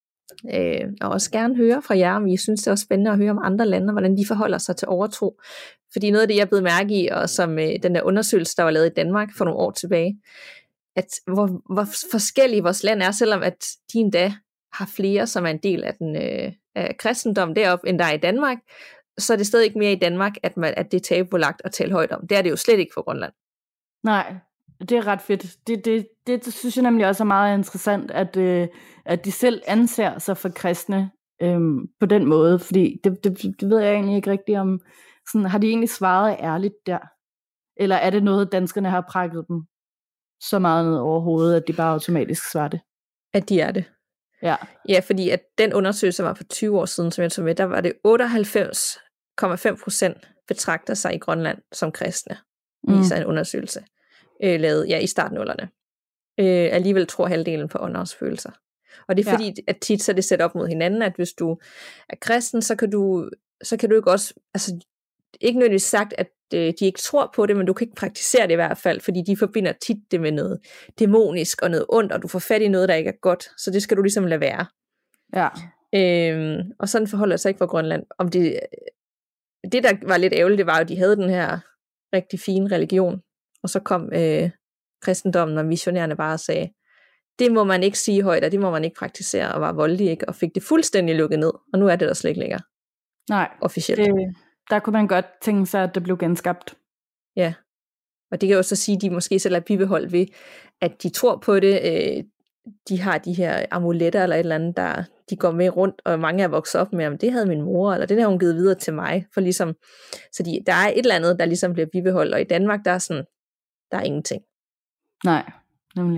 Øh, og også gerne høre fra jer, om I synes, det er også spændende at høre om andre lande, hvordan de forholder sig til overtro. Fordi noget af det, jeg er blevet mærke i, og som øh, den der undersøgelse, der var lavet i Danmark for nogle år tilbage, at hvor, hvor forskellige vores land er, selvom at de endda har flere, som er en del af, den, øh, af kristendom deroppe, end der er i Danmark, så er det stadig ikke mere i Danmark, at, man, at det er tabubelagt at tale højt om. Det er det jo slet ikke for Grønland. Nej, det er ret fedt. Det, det, det, det synes jeg nemlig også er meget interessant, at, øh, at de selv anser sig for kristne øh, på den måde, fordi det, det, det ved jeg egentlig ikke rigtigt om. Sådan, har de egentlig svaret ærligt der? Eller er det noget, danskerne har prakket dem så meget ned over hovedet, at de bare automatisk svarer det? At de er det. Ja. Ja, fordi at den undersøgelse var for tyve år siden, som jeg tog med, der var det otteoghalvfems komma fem procent betragter sig i Grønland som kristne, mm. viser en undersøgelse, øh, lavet ja, i startnullerne. Øh, alligevel tror halvdelen på åndersfølelser. Og det er fordi, ja. at tit så er det sat op mod hinanden, at hvis du er kristen, så kan du, så kan du ikke også, altså ikke nødvendigvis sagt, at øh, de ikke tror på det, men du kan ikke praktisere det i hvert fald, fordi de forbinder tit det med noget dæmonisk og noget ondt, og du får fat i noget, der ikke er godt, så det skal du ligesom lade være. Ja. Øhm, og sådan forholder det sig ikke for Grønland. Om det, det, der var lidt ærgerligt, det var jo, at de havde den her rigtig fine religion, og så kom øh, kristendommen og missionærerne bare og sagde, det må man ikke sige højt, og det må man ikke praktisere, og var voldelige, ikke? Og fik det fuldstændig lukket ned, og nu er det der slet ikke længere. Nej, officielt. Det, der kunne man godt tænke sig, at det blev genskabt. Ja, og det kan jo så sige, at de måske selv er bibeholdt ved, at de tror på det, øh, de har de her amuletter eller et eller andet, der de går med rundt, og mange er vokset op med, om det havde min mor, eller det har hun givet videre til mig, for ligesom, så de, der er et eller andet, der ligesom bliver bibeholdt, og i Danmark, der er sådan, der er ingenting. Nej, nemlig.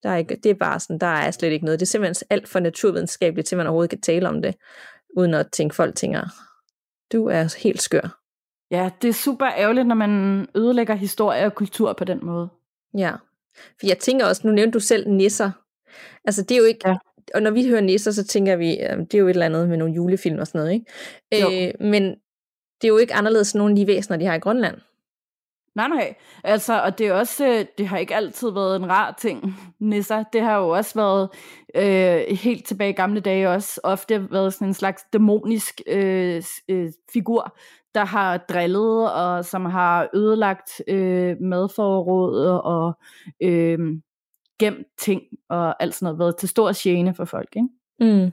Der er ikke, det er bare sådan, der er slet ikke noget. Det er simpelthen alt for naturvidenskabeligt, til man overhovedet kan tale om det, uden at tænke, folk tænker, du er helt skør. Ja, det er super ærgerligt, når man ødelægger historie og kultur på den måde. Ja, for jeg tænker også, nu nævnte du selv nisser. Altså det er jo ikke, ja. Og når vi hører nisser, så tænker vi, det er jo et eller andet med nogle julefilm og sådan noget, ikke? Øh, men det er jo ikke anderledes end nogle af de væsener, de har i Grønland. Nej, nej. Altså, og det er også, det har ikke altid været en rar ting, nisser. Det har jo også været øh, helt tilbage i gamle dage også ofte været sådan en slags dæmonisk øh, øh, figur, der har drillet og som har ødelagt øh, madforråd og øh, gemt ting og alt sådan noget, været til stor gene for folk, ikke? Mm.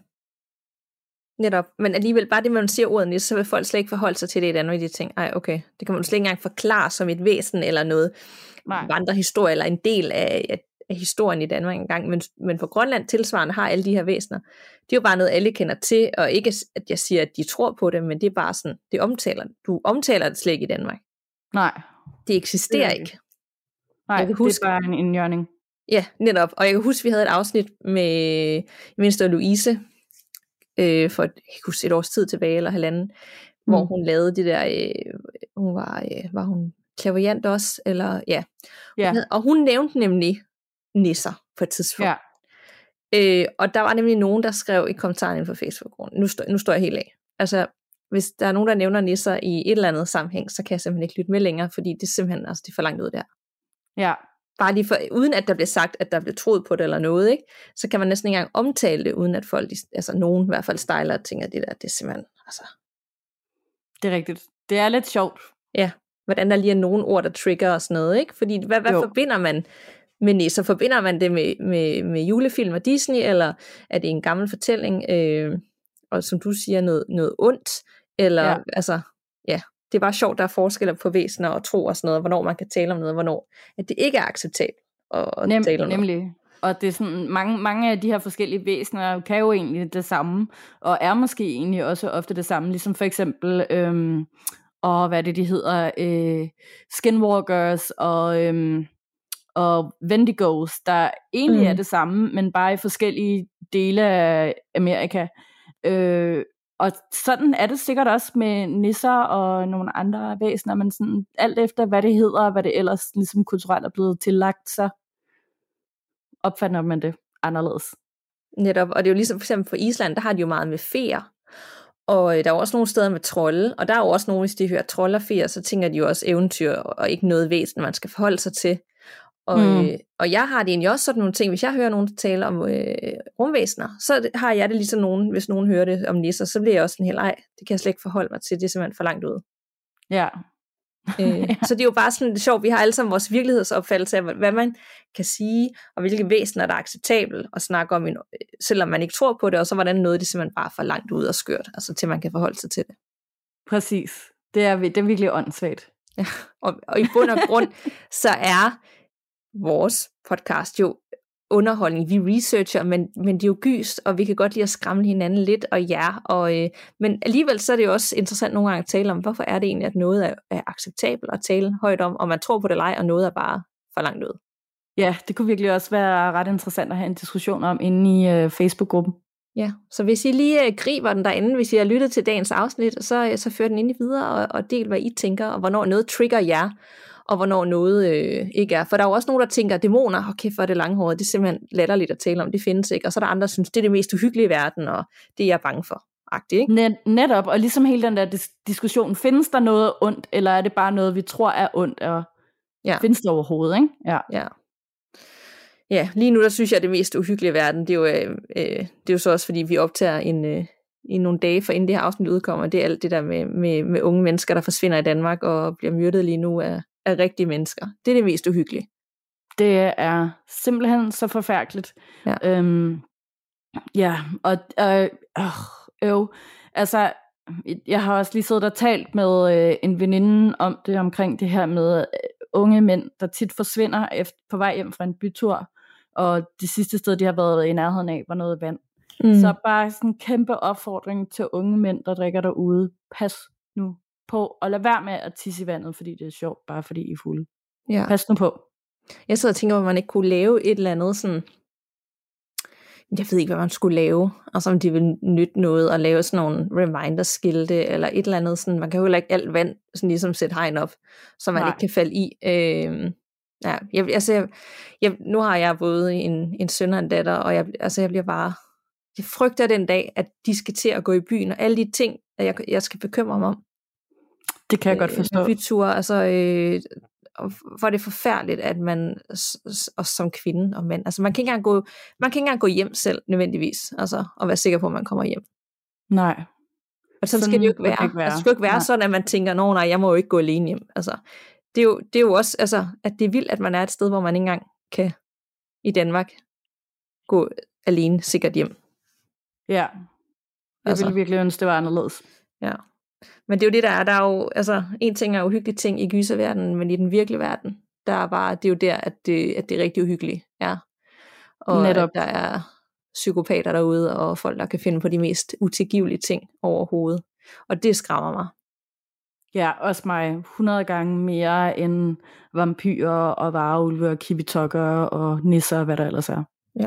Netop, men alligevel bare det, man siger ordet nisse, så vil folk slet ikke forholde sig til det i Danmark, de tænker, ej okay, det kan man slet ikke engang forklare som et væsen eller noget vandrehistorie, eller en del af, af, af historien i Danmark engang, men, men på Grønland tilsvarende har alle de her væsener, det er jo bare noget, alle kender til, og ikke at jeg siger, at de tror på det, men det er bare sådan, det omtaler, du omtaler det slet ikke i Danmark. Nej. Det eksisterer det ikke. Nej, jeg kan huske, det er bare en indjørning. Ja, netop, og jeg kan huske, vi havde et afsnit med Minster Louise, øh, for et, et års tid tilbage, eller halvanden, mm. hvor hun lavede det der, øh, hun var, øh, var hun klaverjant også, eller ja, ja. Hun havde, og hun nævnte nemlig nisser på et tidspunkt. Ja. Øh, og der var nemlig nogen, der skrev i kommentaren på Facebook, nu, stå, nu står jeg helt af. Altså, hvis der er nogen, der nævner nisser i et eller andet sammenhæng, så kan jeg simpelthen ikke lytte med længere, fordi det er simpelthen, altså det er for langt ud der. Ja. Bare lige for, uden at der bliver sagt, at der bliver troet på det eller noget, ikke? Så kan man næsten ikke engang omtale det, uden at folk, altså nogen i hvert fald stejler og tænker, at det der, det er simpelthen, altså. Det er rigtigt. Det er lidt sjovt. Ja, hvordan der lige er nogle ord, der trigger og sådan noget, ikke? Fordi hvad, hvad forbinder man med nisser? Forbinder man det med, med, med julefilm og Disney, eller er det en gammel fortælling, øh, og som du siger, noget, noget ondt? Eller, ja. altså, ja. Det er bare sjovt, der er forskelle på væsener og tro og sådan noget, hvornår man kan tale om noget, hvornår at det ikke er acceptabelt at Nem, tale om noget. Nemlig. Og det er sådan, mange, mange af de her forskellige væsener kan jo egentlig det samme, og er måske egentlig også ofte det samme, ligesom for eksempel, øhm, og hvad er det, de hedder, øh, skinwalkers og, øhm, og Wendigos, der egentlig mm. er det samme, men bare i forskellige dele af Amerika. Øh, Og sådan er det sikkert også med nisser og nogle andre væsener, men sådan alt efter, hvad det hedder, og hvad det ellers ligesom kulturelt er blevet tillagt, så opfatter man det anderledes. Netop, og det er jo ligesom for eksempel på Island, der har de jo meget med feer, og der er også nogle steder med trolde, og der er jo også nogle, hvis de hører trolde og feer, så tænker de jo også eventyr, og ikke noget væsen, man skal forholde sig til. Og, mm. øh, og jeg har det egentlig også sådan nogle ting, hvis jeg hører nogen tale om øh, rumvæsener, så har jeg det ligesom nogen, hvis nogen hører det om nisser, så bliver jeg også sådan helt, ej, det kan jeg slet ikke forholde mig til, det er simpelthen for langt ud. Ja. øh, ja. Så det er jo bare sådan det sjovt, vi har alle sammen vores virkelighedsopfattelse af, hvad man kan sige, og hvilke væsener der er acceptabelt at snakke om, selvom man ikke tror på det, og så hvordan noget det simpelthen bare for langt ud og skørt, altså til man kan forholde sig til det. Præcis. Det er, det er virkelig åndssvagt. Ja. Og, og i bund og grund, så er vores podcast jo underholdning, vi researcher, men, men det er jo gys, og vi kan godt lide at skræmme hinanden lidt, og ja, og, øh, men alligevel så er det jo også interessant nogle gange at tale om, hvorfor er det egentlig, at noget er, er acceptabelt at tale højt om, og man tror på det eller ej, og noget er bare for langt ud. Ja, det kunne virkelig også være ret interessant at have en diskussion om inde i øh, Facebook-gruppen. Ja, så hvis I lige øh, griber den derinde, hvis I har lyttet til dagens afsnit, så, så fører den ind i videre, og, og del hvad I tænker, og hvornår noget trigger jer, og hvornår noget øh, ikke er. For der er jo også nogen, der tænker, dæmoner, okay, for det langhårede, det er simpelthen latterligt at tale om, det findes ikke. Og så er der andre, der synes, det er det mest uhyggelige i verden, og det er jeg bange for. Agtigt, ikke? Net, netop, og ligesom hele den der dis- diskussion, findes der noget ondt, eller er det bare noget, vi tror er ondt, og ja. Findes det overhovedet, ikke? Ja. ja. Ja, lige nu, der synes jeg, at det mest uhyggelige i verden, det er jo, øh, øh, det er jo så også, fordi vi optager en, øh, i nogle dage, for inden det her afsnit udkommer, det er alt det der med, med, med unge mennesker, der forsvinder i Danmark, og bliver myrdet lige nu af af rigtige mennesker. Det er det mest uhyggelige. Det er simpelthen så forfærdeligt. Ja, øhm, ja og øh, øh, øh, altså, jeg har også lige siddet og talt med øh, en veninde om det, omkring det her med øh, unge mænd, der tit forsvinder efter, på vej hjem fra en bytur, og det sidste sted, de har været i nærheden af, var noget vand. Mm. Så bare sådan en kæmpe opfordring til unge mænd, der drikker derude. Pas nu på, og lad være med at tisse i vandet, fordi det er sjovt, bare fordi I er fulde. Ja. Pas nu på. Jeg sidder og tænker, om man ikke kunne lave et eller andet sådan jeg ved ikke, hvad man skulle lave, og om de ville nytte noget, og lave sådan nogle reminder-skilte, eller et eller andet, sådan, man kan jo heller ikke alt vand, sådan ligesom sætte hegn op, så man Nej. ikke kan falde i. Øh, ja, jeg, altså, jeg, jeg, nu har jeg både en, en søn og en datter, og jeg, altså, jeg bliver bare, jeg frygter den dag, at de skal til at gå i byen, og alle de ting, at jeg, jeg skal bekymre mig om. Det kan jeg øh, godt forstå. Byture, altså, øh, hvor det er forfærdeligt, at man, også som kvinde og mand, altså man kan ikke engang gå, man kan ikke engang gå hjem selv, nødvendigvis, altså, og være sikker på, at man kommer hjem. Nej. Og sådan, sådan skal det jo ikke være. Ikke være. Altså, det skal jo ikke være Nej. sådan, at man tænker, nå nej, jeg må jo ikke gå alene hjem. Altså, det er jo, det er jo også, altså, at det er vildt, at man er et sted, hvor man ikke engang kan, i Danmark, gå alene sikkert hjem. Ja. Jeg altså, ville virkelig ønske, det var anderledes. Ja. Men det er jo det, der er. Der er jo, altså, en ting er uhyggelige ting i gyserverdenen, men i den virkelige verden, der er bare, det er jo der, at det, at det er rigtig uhyggeligt. Ja. Og Netop. At der er psykopater derude, og folk, der kan finde på de mest utilgivelige ting overhovedet. Og det skræmmer mig. Ja, også mig hundrede gange mere end vampyrer og varulve og kibitokker og nisser og hvad der ellers er. Ja.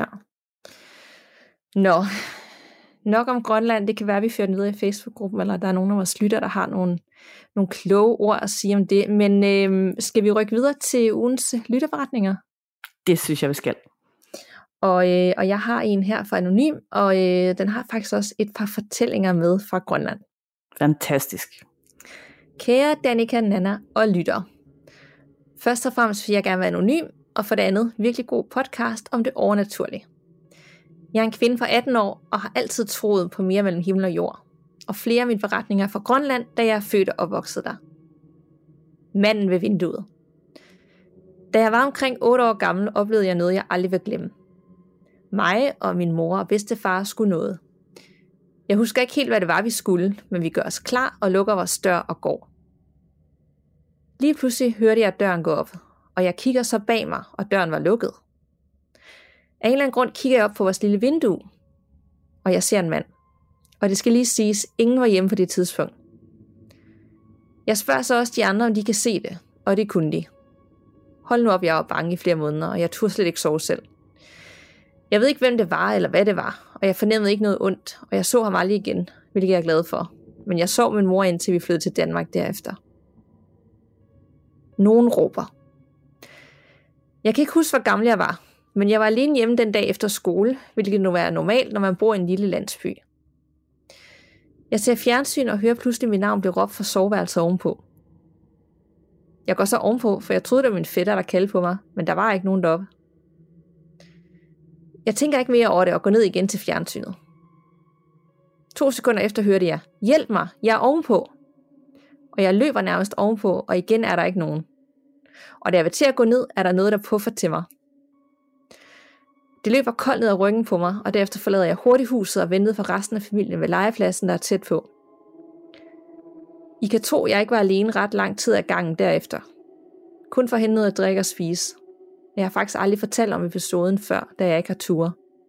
Nå, nok om Grønland. Det kan være, at vi fører den videre i Facebook-gruppen, eller der er nogen af vores lytter, der har nogle, nogle kloge ord at sige om det. Men øh, skal vi rykke videre til ugens lytterforretninger? Det synes jeg, vi skal. Og, øh, og jeg har en her fra Anonym, og øh, den har faktisk også et par fortællinger med fra Grønland. Fantastisk. Kære Danika, Nana og lytter. Først og fremmest vil jeg gerne være anonym, og for det andet virkelig god podcast om det overnaturlige. Jeg er en kvinde for atten år, og har altid troet på mere mellem himmel og jord. Og flere af mine forretninger er fra Grønland, da jeg er født og opvokset der. Manden ved vinduet. Da jeg var omkring otte år gammel, oplevede jeg noget, jeg aldrig vil glemme. Mig og min mor og bedstefar skulle noget. Jeg husker ikke helt, hvad det var, vi skulle, men vi gør os klar og lukker vores dør og går. Lige pludselig hørte jeg døren gå op, og jeg kigger så bag mig, og døren var lukket. Af en eller anden grund kigger jeg op på vores lille vindue, og jeg ser en mand. Og det skal lige siges, ingen var hjemme på det tidspunkt. Jeg spørger så også de andre, om de kan se det, og det kunne de. Hold nu op, jeg var bange i flere måneder, og jeg turde slet ikke sove selv. Jeg ved ikke, hvem det var, eller hvad det var, og jeg fornemmede ikke noget ondt, og jeg så ham aldrig igen, hvilket jeg er glad for. Men jeg sov min mor, indtil vi flyttede til Danmark derefter. Nogen råber. Jeg kan ikke huske, hvor gammel jeg var, men jeg var alene hjemme den dag efter skole, hvilket nu er normalt, når man bor i en lille landsby. Jeg ser fjernsyn og hører pludselig mit navn blive råbt fra soveværelset ovenpå. Jeg går så ovenpå, for jeg troede, det var min fætter, der kaldte på mig, men der var ikke nogen deroppe. Jeg tænker ikke mere over det og går ned igen til fjernsynet. To sekunder efter hørte jeg, hjælp mig, jeg er ovenpå. Og jeg løber nærmest ovenpå, og igen er der ikke nogen. Og da jeg vil til at gå ned, er der noget, der puffer til mig. Det løber koldt ned ad ryggen på mig, og derefter forlader jeg hurtigt huset og ventede for resten af familien ved legepladsen, der er tæt på. I kan tro, jeg ikke var alene ret lang tid ad gangen derefter. Kun for at hente noget at drikke og spise. Jeg har faktisk aldrig fortalt om episoden før, da jeg ikke har ture.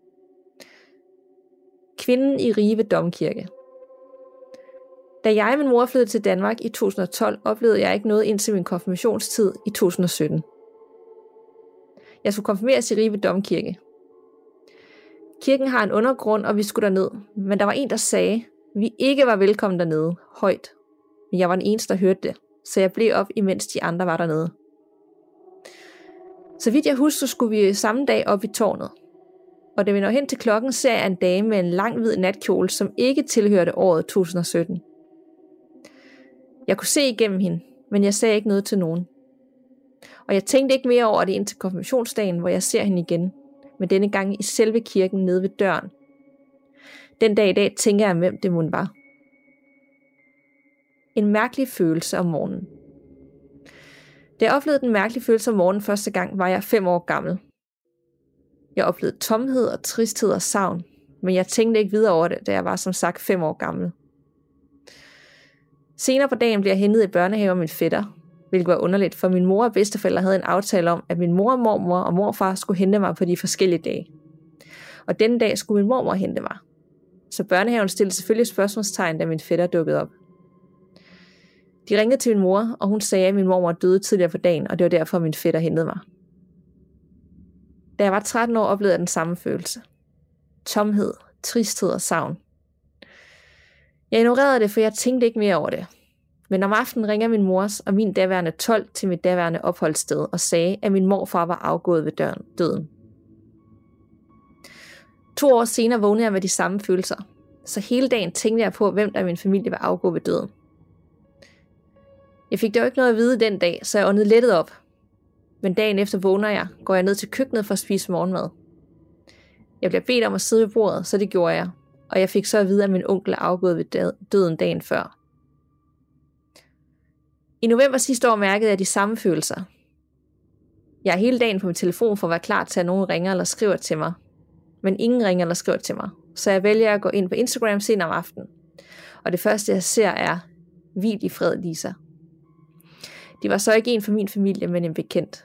Kvinden i Ribe Domkirke. Da jeg og min mor flyttede til Danmark i to tusind og tolv, oplevede jeg ikke noget indtil min konfirmationstid i to tusind og sytten. Jeg skulle konfirmeres i Ribe Domkirke. Kirken har en undergrund, og vi skulle derned, men der var en, der sagde, at vi ikke var velkommen dernede, højt. Men jeg var den eneste, der hørte det, så jeg blev op, imens de andre var dernede. Så vidt jeg husker, så skulle vi samme dag op i tårnet. Og da vi når hen til klokken, ser jeg en dame med en lang hvid natkjole, som ikke tilhørte året to tusind og sytten. Jeg kunne se igennem hende, men jeg sagde ikke noget til nogen. Og jeg tænkte ikke mere over det indtil konfirmationsdagen, hvor jeg ser hende igen, men denne gang i selve kirken nede ved døren. Den dag i dag tænker jeg, hvem det mon var. En mærkelig følelse om morgenen. Da jeg oplevede den mærkelige følelse om morgenen første gang, var jeg fem år gammel. Jeg oplevede tomhed og tristhed og savn, men jeg tænkte ikke videre over det, da jeg var som sagt fem år gammel. Senere på dagen blev jeg hentet i børnehave af min fætter, hvilket var underligt, for min mor og bedsteforældre havde en aftale om, at min mor, mormor og morfar skulle hente mig på de forskellige dage. Og denne dag skulle min mormor hente mig. Så børnehaven stillede selvfølgelig spørgsmålstegn, da min fætter dukkede op. De ringede til min mor, og hun sagde, at min mormor døde tidligere på dagen, og det var derfor, min fætter hentede mig. Da jeg var tretten år, oplevede jeg den samme følelse. tomhed, tristhed og savn. Jeg ignorerede det, for jeg tænkte ikke mere over det. Men om aftenen ringer min mors og min daværende tolk til mit daværende opholdssted og sagde, at min morfar var afgået ved døren, døden. To år senere vågnede jeg med de samme følelser, så hele dagen tænkte jeg på, hvem der i min familie var afgået ved døden. Jeg fik dog ikke noget at vide den dag, så jeg åndede lettet op. Men dagen efter vågner jeg, går jeg ned til køkkenet for at spise morgenmad. Jeg bliver bedt om at sidde ved bordet, så det gjorde jeg, og jeg fik så at vide, at min onkel er afgået ved døden dagen før. I november sidste år mærkede jeg de samme følelser. Jeg er hele dagen på min telefon for at være klar til, at nogen ringer eller skriver til mig. Men ingen ringer eller skriver til mig, så jeg vælger at gå ind på Instagram senere om aftenen. Og det første, jeg ser, er hvil i fred, Lisa. Det var så ikke en fra min familie, men en bekendt.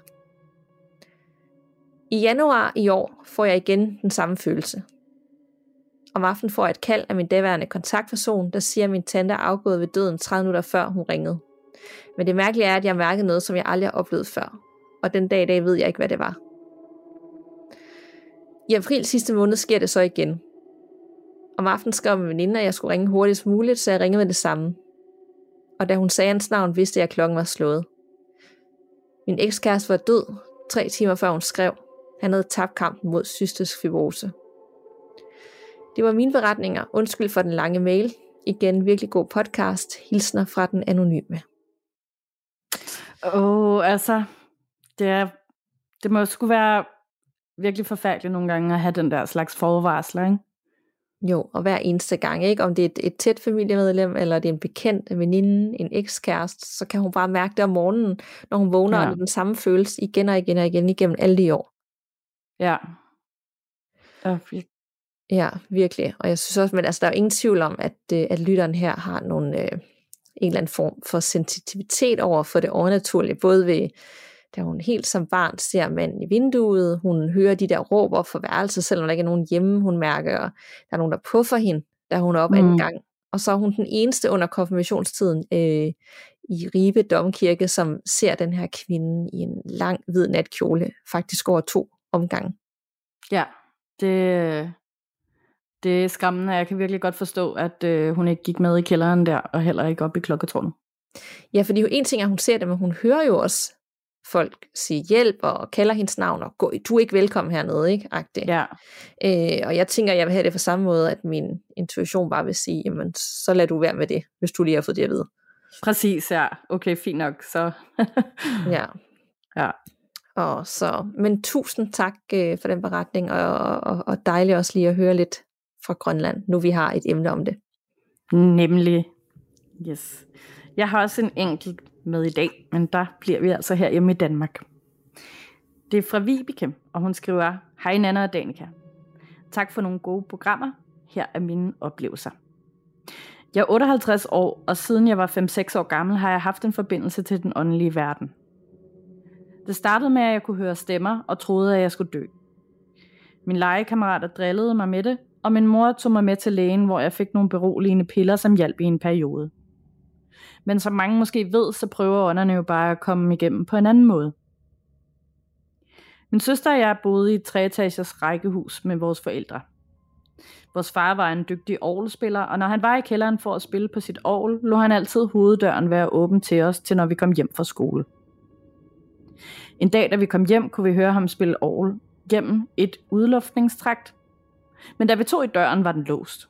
I januar i år får jeg igen den samme følelse. Om aftenen får jeg et kald af min daværende kontaktperson, der siger, at min tante er afgået ved døden tredive minutter før hun ringede. Men det mærkelige er, at jeg mærkede noget, som jeg aldrig har oplevet før. Og den dag i dag ved jeg ikke, hvad det var. I april sidste måned sker det så igen. Om aftenen skrev min veninde, at jeg skulle ringe hurtigst muligt, så jeg ringede med det samme. Og da hun sagde hans navn, vidste jeg, at klokken var slået. Min ekskæreste var død, tre timer før hun skrev. Han havde tabt kampen mod cystisk fibrose. Det var mine beretninger. Undskyld for den lange mail. Igen virkelig god podcast. Hilsner fra den anonyme. Åh, oh, altså, det, er, det må sgu være virkelig forfærdeligt nogle gange at have den der slags forvarsler, ikke? Jo, og hver eneste gang, ikke? Om det er et, et tæt familiemedlem, eller det er en bekendt, en veninde, en ekskæreste, så kan hun bare mærke det om morgenen, når hun vågner, ja. Og den samme følelse igen og igen og igen igennem alle de år. Ja. Ja, ja, virkelig. Og jeg synes også, men altså, der er jo ingen tvivl om, at, at lytteren her har nogle, øh, en eller anden form for sensitivitet over for det overnaturlige, både ved, da hun helt som barn ser manden i vinduet, hun hører de der råb op for værelset, selvom der ikke er nogen hjemme, hun mærker, at der er nogen, der puffer hende, da hun er op mm. anden gang. Og så er hun den eneste under konfirmationstiden øh, i Ribe Domkirke, som ser den her kvinde i en lang hvid natkjole, faktisk over to omgange. Ja, det, det er skræmmende. Jeg kan virkelig godt forstå, at øh, hun ikke gik med i kælderen der, og heller ikke op i klokketårnet. Ja, fordi jo en ting er, at hun ser det, men hun hører jo også folk sige hjælp og kalder hendes navn og gå, du er ikke velkommen hernede, ikke? Agtigt. Ja. Øh, og jeg tænker, jeg vil have det på samme måde, at min intuition bare vil sige, jamen så lad du være med det, hvis du lige har fået det at vide. Præcis, ja. Okay, fint nok. Så. Ja. Ja. Og så, men tusind tak øh, for den beretning, og, og, og dejligt også lige at høre lidt fra Grønland, nu vi har et emne om det. Nemlig. Yes. Jeg har også en enkelt med i dag, men der bliver vi altså her hjemme i Danmark. Det er fra Vibeke, og hun skriver, hej Nanna og Danika. Tak for nogle gode programmer. Her er mine oplevelser. Jeg er otteoghalvtreds år, og siden jeg var fem seks år gammel, har jeg haft en forbindelse til den åndelige verden. Det startede med, at jeg kunne høre stemmer og troede, at jeg skulle dø. Mine legekammerater drillede mig med det, og min mor tog mig med til lægen, hvor jeg fik nogle beroligende piller, som hjalp i en periode. Men som mange måske ved, så prøver ånderne jo bare at komme igennem på en anden måde. Min søster og jeg boede i et treetagers rækkehus med vores forældre. Vores far var en dygtig orgelspiller, og når han var i kælderen for at spille på sit orgel, lå han altid hoveddøren være åben til os, til når vi kom hjem fra skole. En dag, da vi kom hjem, kunne vi høre ham spille orgel gennem et udluftningstrakt. Men da vi tog i døren, var den låst.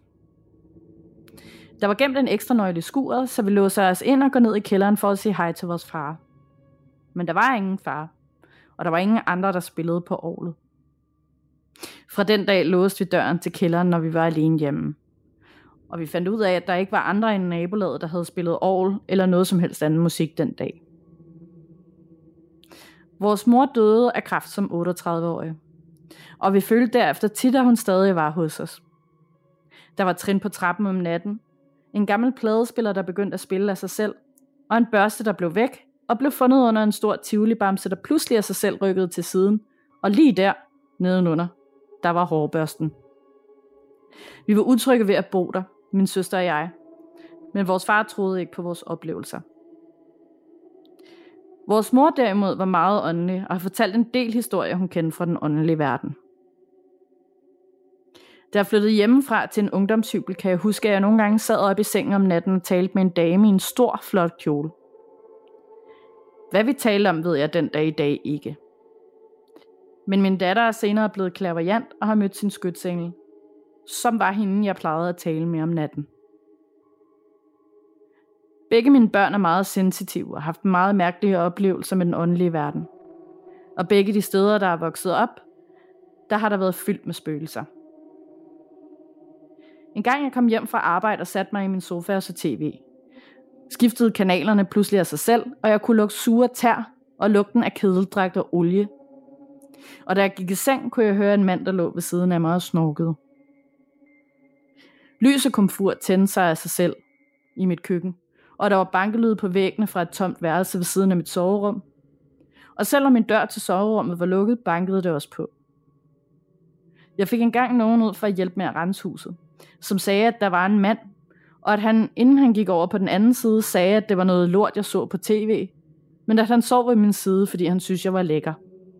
Der var gemt en ekstra nøgle i skuret, så vi låser os ind og går ned i kælderen for at sige hej til vores far. Men der var ingen far, og der var ingen andre, der spillede på orglet. Fra den dag låste vi døren til kælderen, når vi var alene hjemme. Og vi fandt ud af, at der ikke var andre end nabolaget, der havde spillet orgel eller noget som helst anden musik den dag. Vores mor døde af kræft som otteogtredive-årig, og vi følte derefter tit, at hun stadig var hos os. Der var trin på trappen om natten, en gammel pladespiller, der begyndte at spille af sig selv, og en børste, der blev væk og blev fundet under en stor tivoli-bamse, der pludselig af sig selv rykkede til siden, og lige der, nedenunder, der var hårbørsten. Vi var utrygge ved at bo der, min søster og jeg, men vores far troede ikke på vores oplevelser. Vores mor derimod var meget åndelig og har fortalt en del historier, hun kendte fra den åndelige verden. Da jeg flyttede hjemmefra til en ungdomscykel, kan jeg huske, at jeg nogle gange sad op i sengen om natten og talte med en dame i en stor, flot kjole. Hvad vi talte om, ved jeg den dag i dag ikke. Men min datter er senere blevet clairvoyant og har mødt sin skytsengel, som var hende, jeg plejede at tale med om natten. Begge mine børn er meget sensitive og har haft meget mærkelige oplevelser med den åndelige verden. Og begge de steder, der er vokset op, der har der været fyldt med spøgelser. En gang jeg kom hjem fra arbejde og satte mig i min sofa og så tv, skiftede kanalerne pludselig af sig selv, og jeg kunne lugte sure tær og lugten af kedeldragt og olie. Og da jeg gik i seng, kunne jeg høre en mand, der lå ved siden af mig og snorkede. Lys og komfur tændte sig af sig selv i mit køkken, og der var bankelyd på væggene fra et tomt værelse ved siden af mit soverum. Og selvom min dør til soverummet var lukket, bankede det også på. Jeg fik engang nogen ud for at hjælpe med at rense huset, som sagde, at der var en mand, og at han, inden han gik over på den anden side, sagde, at det var noget lort, jeg så på tv, men at han sov ved min side, fordi han syntes, jeg var lækker.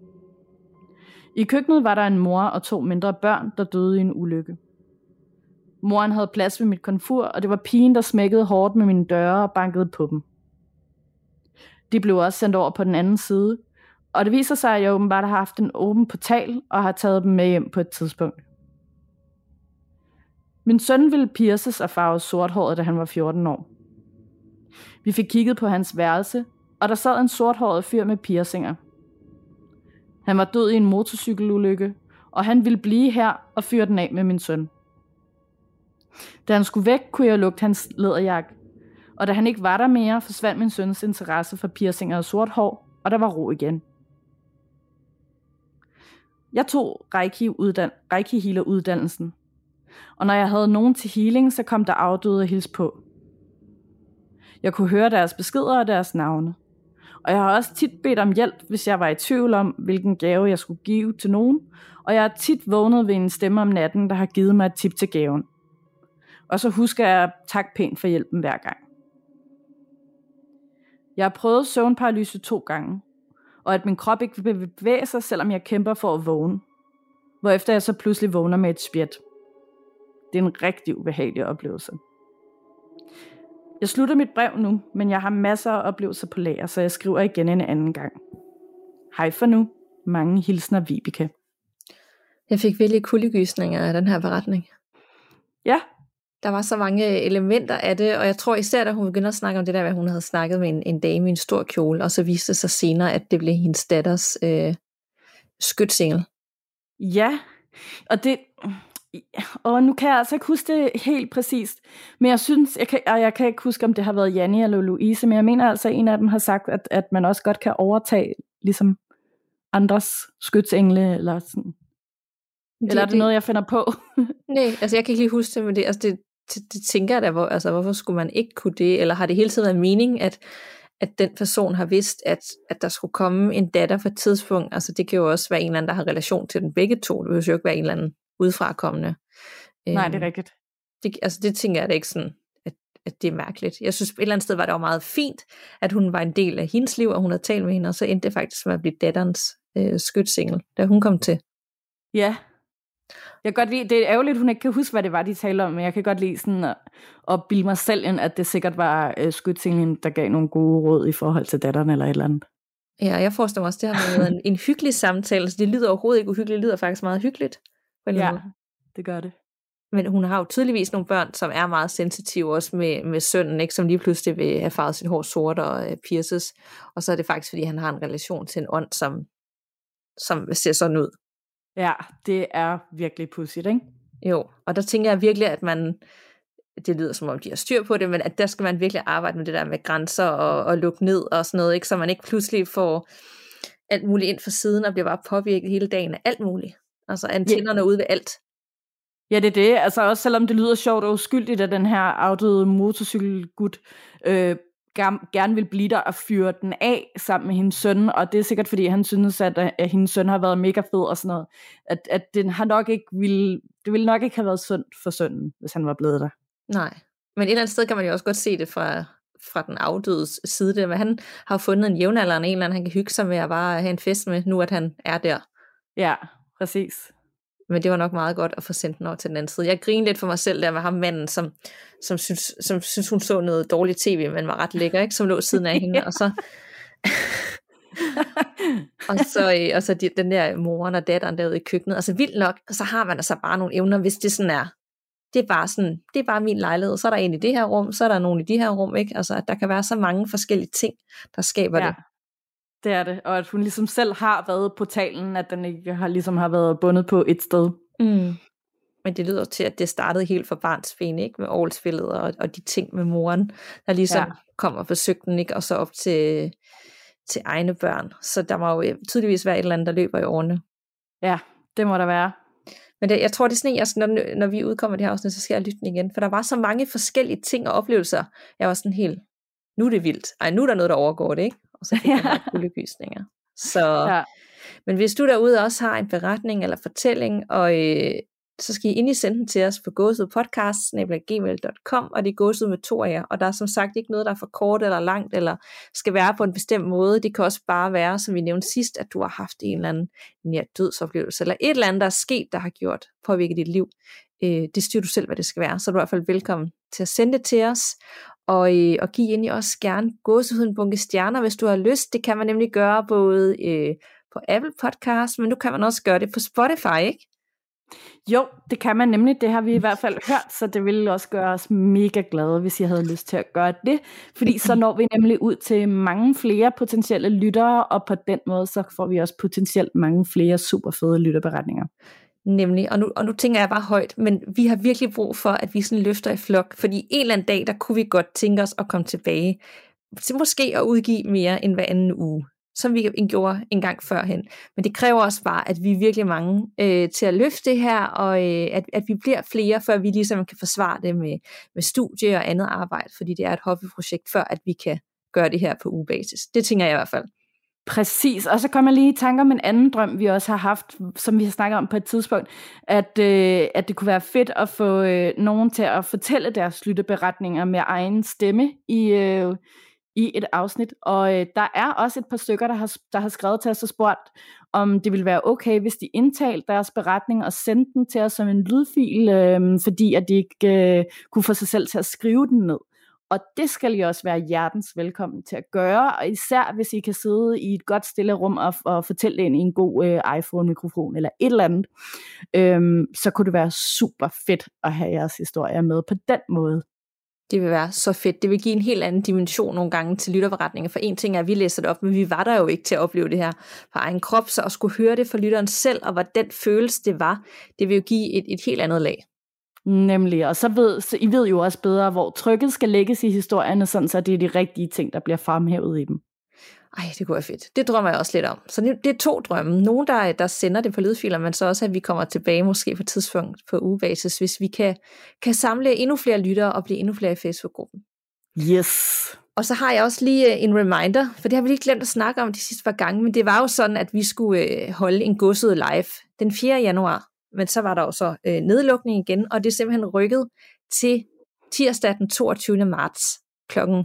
I køkkenet var der en mor og to mindre børn, der døde i en ulykke. Moren havde plads ved mit komfur, og det var pigen, der smækkede hårdt med mine døre og bankede på dem. De blev også sendt over på den anden side, og det viser sig, at jeg åbenbart har haft en åben portal og har taget dem med hjem på et tidspunkt. Min søn ville pierces og farve sorthåret, da han var fjorten år. Vi fik kigget på hans værelse, og der sad en sorthåret fyr med piercinger. Han var død i en motorcykelulykke, og han ville blive her og fyre den af med min søn. Da han skulle væk, kunne jeg lugte hans læderjakke, og da han ikke var der mere, forsvandt min søns interesse for piercinger og sort hår, og der var ro igen. Jeg tog Reiki-uddan- Reiki-healer-uddannelsen, og når jeg havde nogen til healing, så kom der afdøde og hilse på. Jeg kunne høre deres beskeder og deres navne. Og jeg har også tit bedt om hjælp, hvis jeg var i tvivl om, hvilken gave jeg skulle give til nogen, og jeg har tit vågnet ved en stemme om natten, der har givet mig et tip til gaven. Og så husker jeg at takke pænt for hjælpen hver gang. Jeg har prøvet søvnparalyse to gange, og at min krop ikke vil bevæge sig, selvom jeg kæmper for at vågne. Hvorefter jeg så pludselig vågner med et spjæt. Det er en rigtig ubehagelig oplevelse. Jeg slutter mit brev nu, men jeg har masser af oplevelser på lager, så jeg skriver igen en anden gang. Hej for nu. Mange hilsner, Vibeke. Jeg fik virkelig kuldegysninger af den her beretning. Ja. Der var så mange elementer af det, og jeg tror især, da hun begyndte at snakke om det der, hvad hun havde snakket med en, en dame i en stor kjole, og så viste det sig senere, at det blev hendes datters øh, skytsengel. Ja, og det... Og nu kan jeg altså ikke huske det helt præcist, men jeg synes, jeg kan, jeg kan ikke huske, om det har været Janni eller Louise, men jeg mener altså, at en af dem har sagt, at, at man også godt kan overtage ligesom andres skytsengle, eller sådan. Det, eller er det, det noget, jeg finder på? Nej, altså jeg kan ikke lige huske det, men det, altså det, det, det tænker jeg da, hvor, altså hvorfor skulle man ikke kunne det, eller har det hele tiden været mening, at, at den person har vidst, at, at der skulle komme en datter på et tidspunkt, altså det kan jo også være en eller anden, der har relation til den begge to, det vil jo ikke være en eller anden udefrakommende. Nej, det er rigtigt. Det, altså det tænker jeg da ikke sådan, at, at det er mærkeligt. Jeg synes et eller andet sted var det jo meget fint, at hun var en del af hendes liv, og hun havde talt med hende, og så endte det faktisk med at blive datterens øh, skytsengel, da hun kom til. Ja. Jeg kan godt lide, det er ærgerligt, at hun ikke kan huske, hvad det var, de talte om, men jeg kan godt lide sådan at, at bilde mig selv ind, at det sikkert var øh, skytsenglen, der gav nogle gode råd i forhold til datteren eller et eller andet. Ja, jeg forestiller mig også, det har været en, en hyggelig samtale, så det lyder overhovedet ikke uhyggeligt, det lyder faktisk meget hyggeligt. Ja, det gør det. Men hun har jo tydeligvis nogle børn, som er meget sensitive, også med, med sønnen, ikke, som lige pludselig vil have farvet sit hår sort og øh, pierces. Og så er det faktisk, fordi han har en relation til en ånd, som, som ser sådan ud. Ja, det er virkelig pudsigt, ikke? Jo, og der tænker jeg virkelig, at man, det lyder som om de har styr på det, men at der skal man virkelig arbejde med det der med grænser og, og lukke ned og sådan noget, ikke, så man ikke pludselig får alt muligt ind for siden og bliver bare påvirket hele dagen af alt muligt. Altså antennerne ja. Ude ved alt. Ja, det er det. Altså også selvom det lyder sjovt og uskyldigt, at den her afdøde motorcykelgut øh, gerne vil blive der og fyre den af sammen med hendes søn, og det er sikkert fordi han synes, at, at hendes søn har været mega fed og sådan noget, at, at den har nok ikke ville, det ville nok ikke have været sundt for sønnen, hvis han var blevet der. Nej, men et eller andet sted kan man jo også godt se det fra, fra den afdødes side, det, men han har fundet en jævnaldrende, en eller anden, han kan hygge sig med at bare have en fest med, nu at han er der. Ja, præcis. Men det var nok meget godt at få sendt den over til den anden side. Jeg grinede lidt for mig selv der med ham manden, som, som, synes, som synes, hun så noget dårligt tv, men var ret lækker, ikke? Som lå siden af hende, og så... og så, og så de, den der moren og datteren derude i køkkenet. Altså vildt nok, og så har man altså bare nogle evner, hvis det sådan er. Det er bare sådan, det er bare min lejlighed. Så er der en i det her rum, så er der nogen i de her rum, ikke? Altså at der kan være så mange forskellige ting, der skaber ja. det. Det er det, og at hun ligesom selv har været på talen, at den ikke har ligesom har været bundet på et sted. Mm. Men det lyder til, at det startede helt fra barnsben, ikke? Med Aarhusfældet og, og de ting med moren, der ligesom ja. kom og besøgte den, ikke? Og så op til, til egne børn. Så der må jo tydeligvis være et eller andet, der løber i årene. Ja, det må der være. Men det, jeg tror, det er sådan, altså, når, når vi udkommer det her afsnit, så skal jeg lytte den igen. For der var så mange forskellige ting og oplevelser. Jeg var sådan helt, nu er det vildt. Ej, nu er der noget, der overgår det, ikke? Og så fik jeg nogle kuldegysninger. Så, ja. Men hvis du derude også har en beretning eller fortælling, og øh, så skal I endelig sende den til os på gåsehudpodcast snabel-a gmail punktum com, og det er gåsehud med to af jer. Og der er som sagt ikke noget, der er for kort eller langt, eller skal være på en bestemt måde. Det kan også bare være, som vi nævnte sidst, at du har haft en eller anden nær dødsoplevelse, eller et eller andet, der er sket, der har gjort, påvirket dit liv. Øh, det styrer du selv, hvad det skal være. Så er du i hvert fald velkommen til at sende det til os. Og, øh, og giv endelig også gerne gåsehud en bunke stjerner, hvis du har lyst. Det kan man nemlig gøre både øh, på Apple Podcast, men nu kan man også gøre det på Spotify, ikke? Jo, det kan man nemlig. Det har vi i hvert fald hørt, så det ville også gøre os mega glade, hvis I havde lyst til at gøre det. Fordi så når vi nemlig ud til mange flere potentielle lyttere, og på den måde så får vi også potentielt mange flere super fede lytterberetninger. Nemlig, og nu, og nu tænker jeg bare højt, men vi har virkelig brug for, at vi sådan løfter i flok, fordi en eller anden dag, der kunne vi godt tænke os at komme tilbage, til måske at udgive mere end hver anden uge, som vi gjorde en gang førhen. Men det kræver også bare, at vi er virkelig mange øh, til at løfte det her, og øh, at, at vi bliver flere, før vi ligesom kan forsvare det med, med studie og andet arbejde, fordi det er et hobbyprojekt, før at vi kan gøre det her på ugebasis. Det tænker jeg i hvert fald. Præcis, og så kommer jeg lige i tanke om en anden drøm, vi også har haft, som vi har snakket om på et tidspunkt, at, øh, at det kunne være fedt at få øh, nogen til at fortælle deres lytteberetninger med egen stemme i, øh, i et afsnit. Og øh, der er også et par stykker, der har, der har skrevet til os og spurgt, om det ville være okay, hvis de indtalte deres beretning og sendte den til os som en lydfil, øh, fordi at de ikke øh, kunne få sig selv til at skrive den ned. Og det skal I også være hjertens velkommen til at gøre, og især hvis I kan sidde i et godt stille rum og, og fortælle det ind i en god øh, iPhone-mikrofon eller et eller andet, øhm, så kunne det være super fedt at have jeres historier med på den måde. Det vil være så fedt. Det vil give en helt anden dimension nogle gange til lytterberetninger. For en ting er, at vi læser det op, men vi var der jo ikke til at opleve det her på egen krop, så at skulle høre det fra lytteren selv, og hvordan følelse det var, det vil jo give et, et helt andet lag. Nemlig, og så ved, så I ved jo også bedre, hvor trykket skal lægges i historierne, sådan så det er de rigtige ting, der bliver fremhævet i dem. Ej, det kunne være fedt. Det drømmer jeg også lidt om. Så det, det er to drømme. Nogle, der, der sender det på lydfiler, men så også, at vi kommer tilbage måske på et tidspunkt på ugebasis, hvis vi kan, kan samle endnu flere lyttere og blive endnu flere i Facebook-gruppen. Yes. Og så har jeg også lige en reminder, for det har vi lige glemt at snakke om de sidste par gange, men det var jo sådan, at vi skulle holde en Gåsehud live den fjerde januar. Men så var der jo så øh, nedlukning igen, og det er simpelthen rykket til tirsdag den toogtyvende marts klokken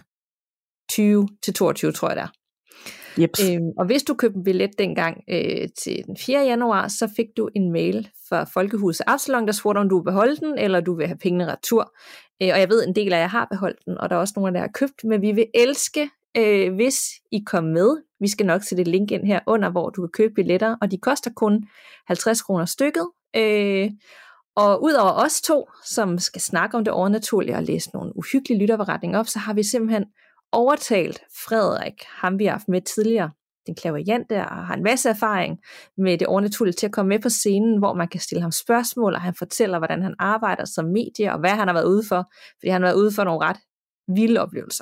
tyve til toogtyve, tror jeg det er. Yep. Øhm, og hvis du købte en billet dengang øh, til den fjerde januar, så fik du en mail fra Folkehuset Absalon, der spurgte, om du vil beholde den, eller du vil have pengene retur. Øh, og jeg ved, en del af jer har beholdt den, og der er også nogle, der har købt, men vi vil elske, øh, hvis I kommer med. Vi skal nok sætte et link ind her under, hvor du kan købe billetter, og de koster kun halvtreds kroner stykket. Øh, og udover os to, som skal snakke om det overnaturlige og læse nogle uhyggelige lytterberetninger op, så har vi simpelthen overtalt Frederik, ham vi har haft med tidligere, den clairvoyante, og har en masse erfaring med det overnaturlige, til at komme med på scenen, hvor man kan stille ham spørgsmål, og han fortæller, hvordan han arbejder som medie, og hvad han har været ude for, fordi han har været ude for nogle ret vilde oplevelser.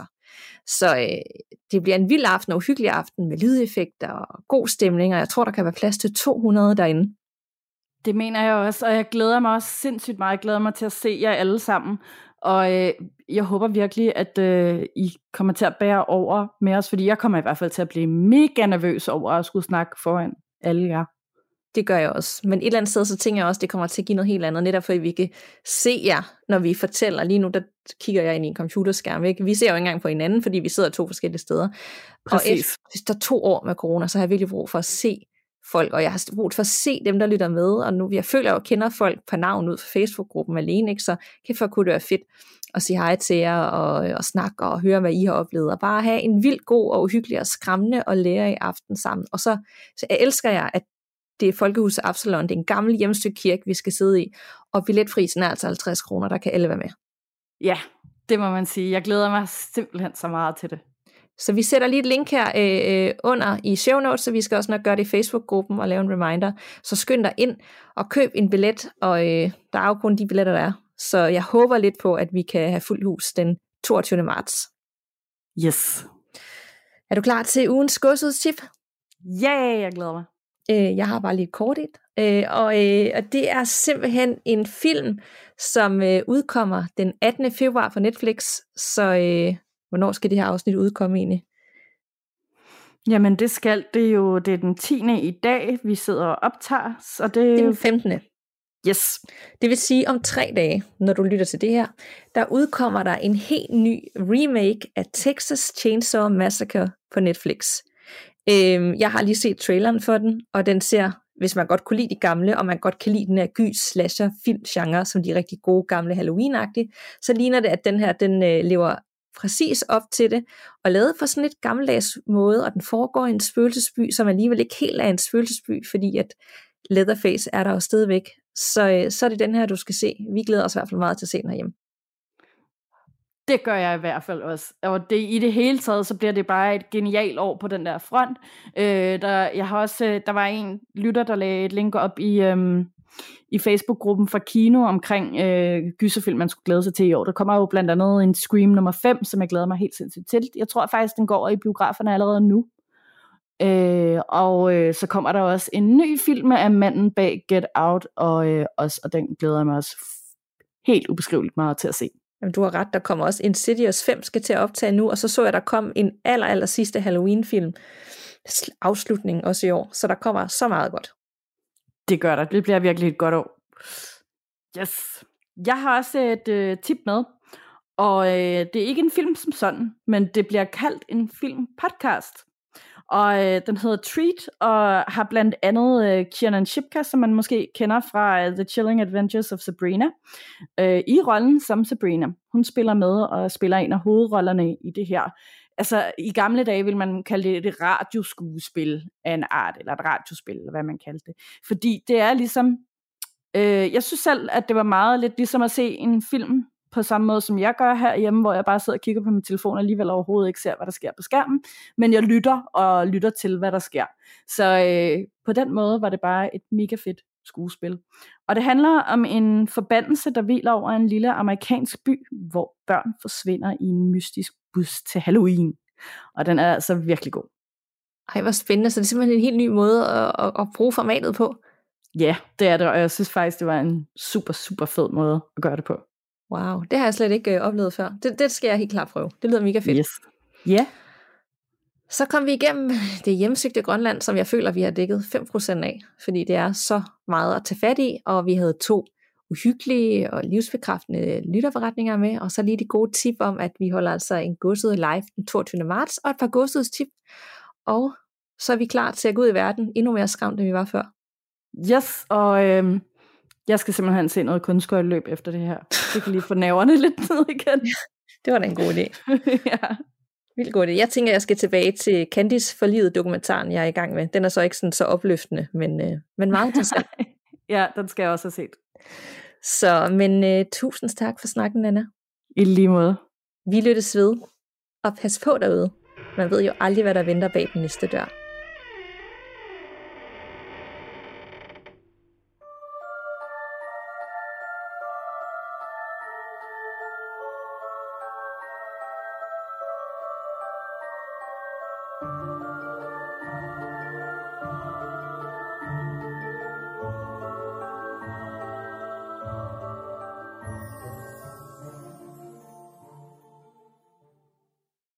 Så øh, det bliver en vild aften og uhyggelig aften med lydeffekter og god stemning, og jeg tror, der kan være plads til to hundrede derinde. Det mener jeg også, og jeg glæder mig også sindssygt meget. Jeg glæder mig til at se jer alle sammen, og øh, jeg håber virkelig, at øh, I kommer til at bære over med os, fordi jeg kommer i hvert fald til at blive mega nervøs over at skulle snakke foran alle jer. Det gør jeg også, men et eller andet sted, så tænker jeg også, at det kommer til at give noget helt andet, netop fordi vi kan se jer, når vi fortæller. Lige nu, der kigger jeg ind i en computerskærm, ikke? Vi ser jo ikke engang på hinanden, fordi vi sidder to forskellige steder. Præcis. Og efter, hvis der er to år med corona, så har jeg virkelig brug for at se folk, og jeg har brug for at se dem, der lytter med, og nu jeg føler, at jeg kender folk på navn ud fra Facebook-gruppen alene, ikke? Så kæft for kunne det være fedt at sige hej til jer, og, og snakke og høre, hvad I har oplevet, og bare have en vild god og uhyggelig og skræmmende og lære i aften sammen. Og så, så jeg elsker jeg, at det er Folkehuset Absalon, det er en gammel hjemstykke kirke, vi skal sidde i, og billetprisen er altså halvtreds kroner, der kan alle være med. Ja, det må man sige. Jeg glæder mig simpelthen så meget til det. Så vi sætter lige et link her øh, under i show notes, så vi skal også nok gøre det i Facebook-gruppen og lave en reminder. Så skynd dig ind og køb en billet, og øh, der er jo kun de billetter, der er. Så jeg håber lidt på, at vi kan have fuldt hus den toogtyvende marts. Yes. Er du klar til ugens gåsehudstip? Ja, yeah, jeg glæder mig. Øh, jeg har bare lige et kort et, øh, og, øh, og det er simpelthen en film, som øh, udkommer den attende februar på Netflix, så øh, hvornår skal det her afsnit udkomme egentlig? Jamen det skal det jo, det er den tiende i dag, vi sidder og optager, så det... Det er den femtende Yes. Det vil sige, om tre dage, når du lytter til det her, der udkommer der en helt ny remake af Texas Chainsaw Massacre på Netflix. Øhm, jeg har lige set traileren for den, og den ser, hvis man godt kunne lide de gamle, og man godt kan lide den her gys slasher filmgenre, som de er rigtig gode gamle Halloween-agtige, så ligner det, at den her, den øh, lever præcis op til det, og lavet på sådan lidt gammeldags måde, og den foregår i en spøgelsesby, som alligevel ikke helt er en spøgelsesby, fordi at Leatherface er der jo stadigvæk. Så, øh, så er det den her, du skal se. Vi glæder os i hvert fald meget til at se den herhjemme. Det gør jeg i hvert fald også. Og det, i det hele taget, så bliver det bare et genialt år på den der front. Øh, der, jeg har også, der var en lytter, der lagde et link op i, øhm, i Facebook-gruppen for Kino omkring øh, gyserfilm, man skulle glæde sig til i år. Der kommer jo blandt andet en Scream nummer fem, som jeg glæder mig helt sindssygt til. Jeg tror faktisk, den går i biograferne allerede nu. Øh, og øh, så kommer der også en ny film af manden bag Get Out, og, øh, også, og den glæder jeg mig også helt ubeskriveligt meget til at se. Jamen, du har ret, der kommer også Insidious fem skal til at optage nu, og så så jeg, der kom en aller, aller sidste Halloween-film afslutning også i år, så der kommer så meget godt. Det gør der, det bliver virkelig et godt år. Yes. Jeg har også et øh, tip med, og øh, det er ikke en film som sådan, men det bliver kaldt en film-podcast. Og øh, den hedder Treat, og har blandt andet øh, Kiernan Shipka, som man måske kender fra uh, The Chilling Adventures of Sabrina, øh, i rollen som Sabrina. Hun spiller med og spiller en af hovedrollerne i det her. Altså i gamle dage ville man kalde det et radioskuespil af en art, eller et radiospil, eller hvad man kaldte det. Fordi det er ligesom, øh, jeg synes selv, at det var meget lidt ligesom at se en film, på samme måde som jeg gør herhjemme, hvor jeg bare sidder og kigger på min telefon og alligevel overhovedet ikke ser, hvad der sker på skærmen, men jeg lytter og lytter til, hvad der sker. Så øh, på den måde var det bare et mega fedt skuespil. Og det handler om en forbandelse, der hviler over en lille amerikansk by, hvor børn forsvinder i en mystisk bus til Halloween. Og den er altså virkelig god. Ej, hvor spændende. Så det er simpelthen en helt ny måde at, at, at bruge formatet på. Ja, det er det, og jeg synes faktisk, det var en super, super fed måde at gøre det på. Wow, det har jeg slet ikke øh, oplevet før. Det, det skal jeg helt klart prøve. Det lyder mega fedt. Yes. Ja. Yeah. Så kom vi igennem det hjemsøgte Grønland, som jeg føler, vi har dækket fem procent af, fordi det er så meget at tage fat i, og vi havde to uhyggelige og livsbekræftende lytterforretninger med, og så lige det gode tip om, at vi holder altså en gåsehud live den toogtyvende marts, og et par gåsehudstip, og så er vi klar til at gå ud i verden endnu mere skræmt, end vi var før. Yes, og øhm, jeg skal simpelthen se noget kunstskøjteløb efter det her. Det kan lige få nerverne lidt ned igen. Det var da en god idé. Ja. Vildt god idé. Jeg tænker, jeg skal tilbage til Candice for livet dokumentaren, jeg er i gang med. Den er så ikke sådan så opløftende, men, øh, men meget interessant. Ja, den skal jeg også have set. Så, men øh, tusind tak for snakken, Anna. I lige måde. Vi lyttes ved, og pas på derude. Man ved jo aldrig, hvad der venter bag den næste dør. Thank you.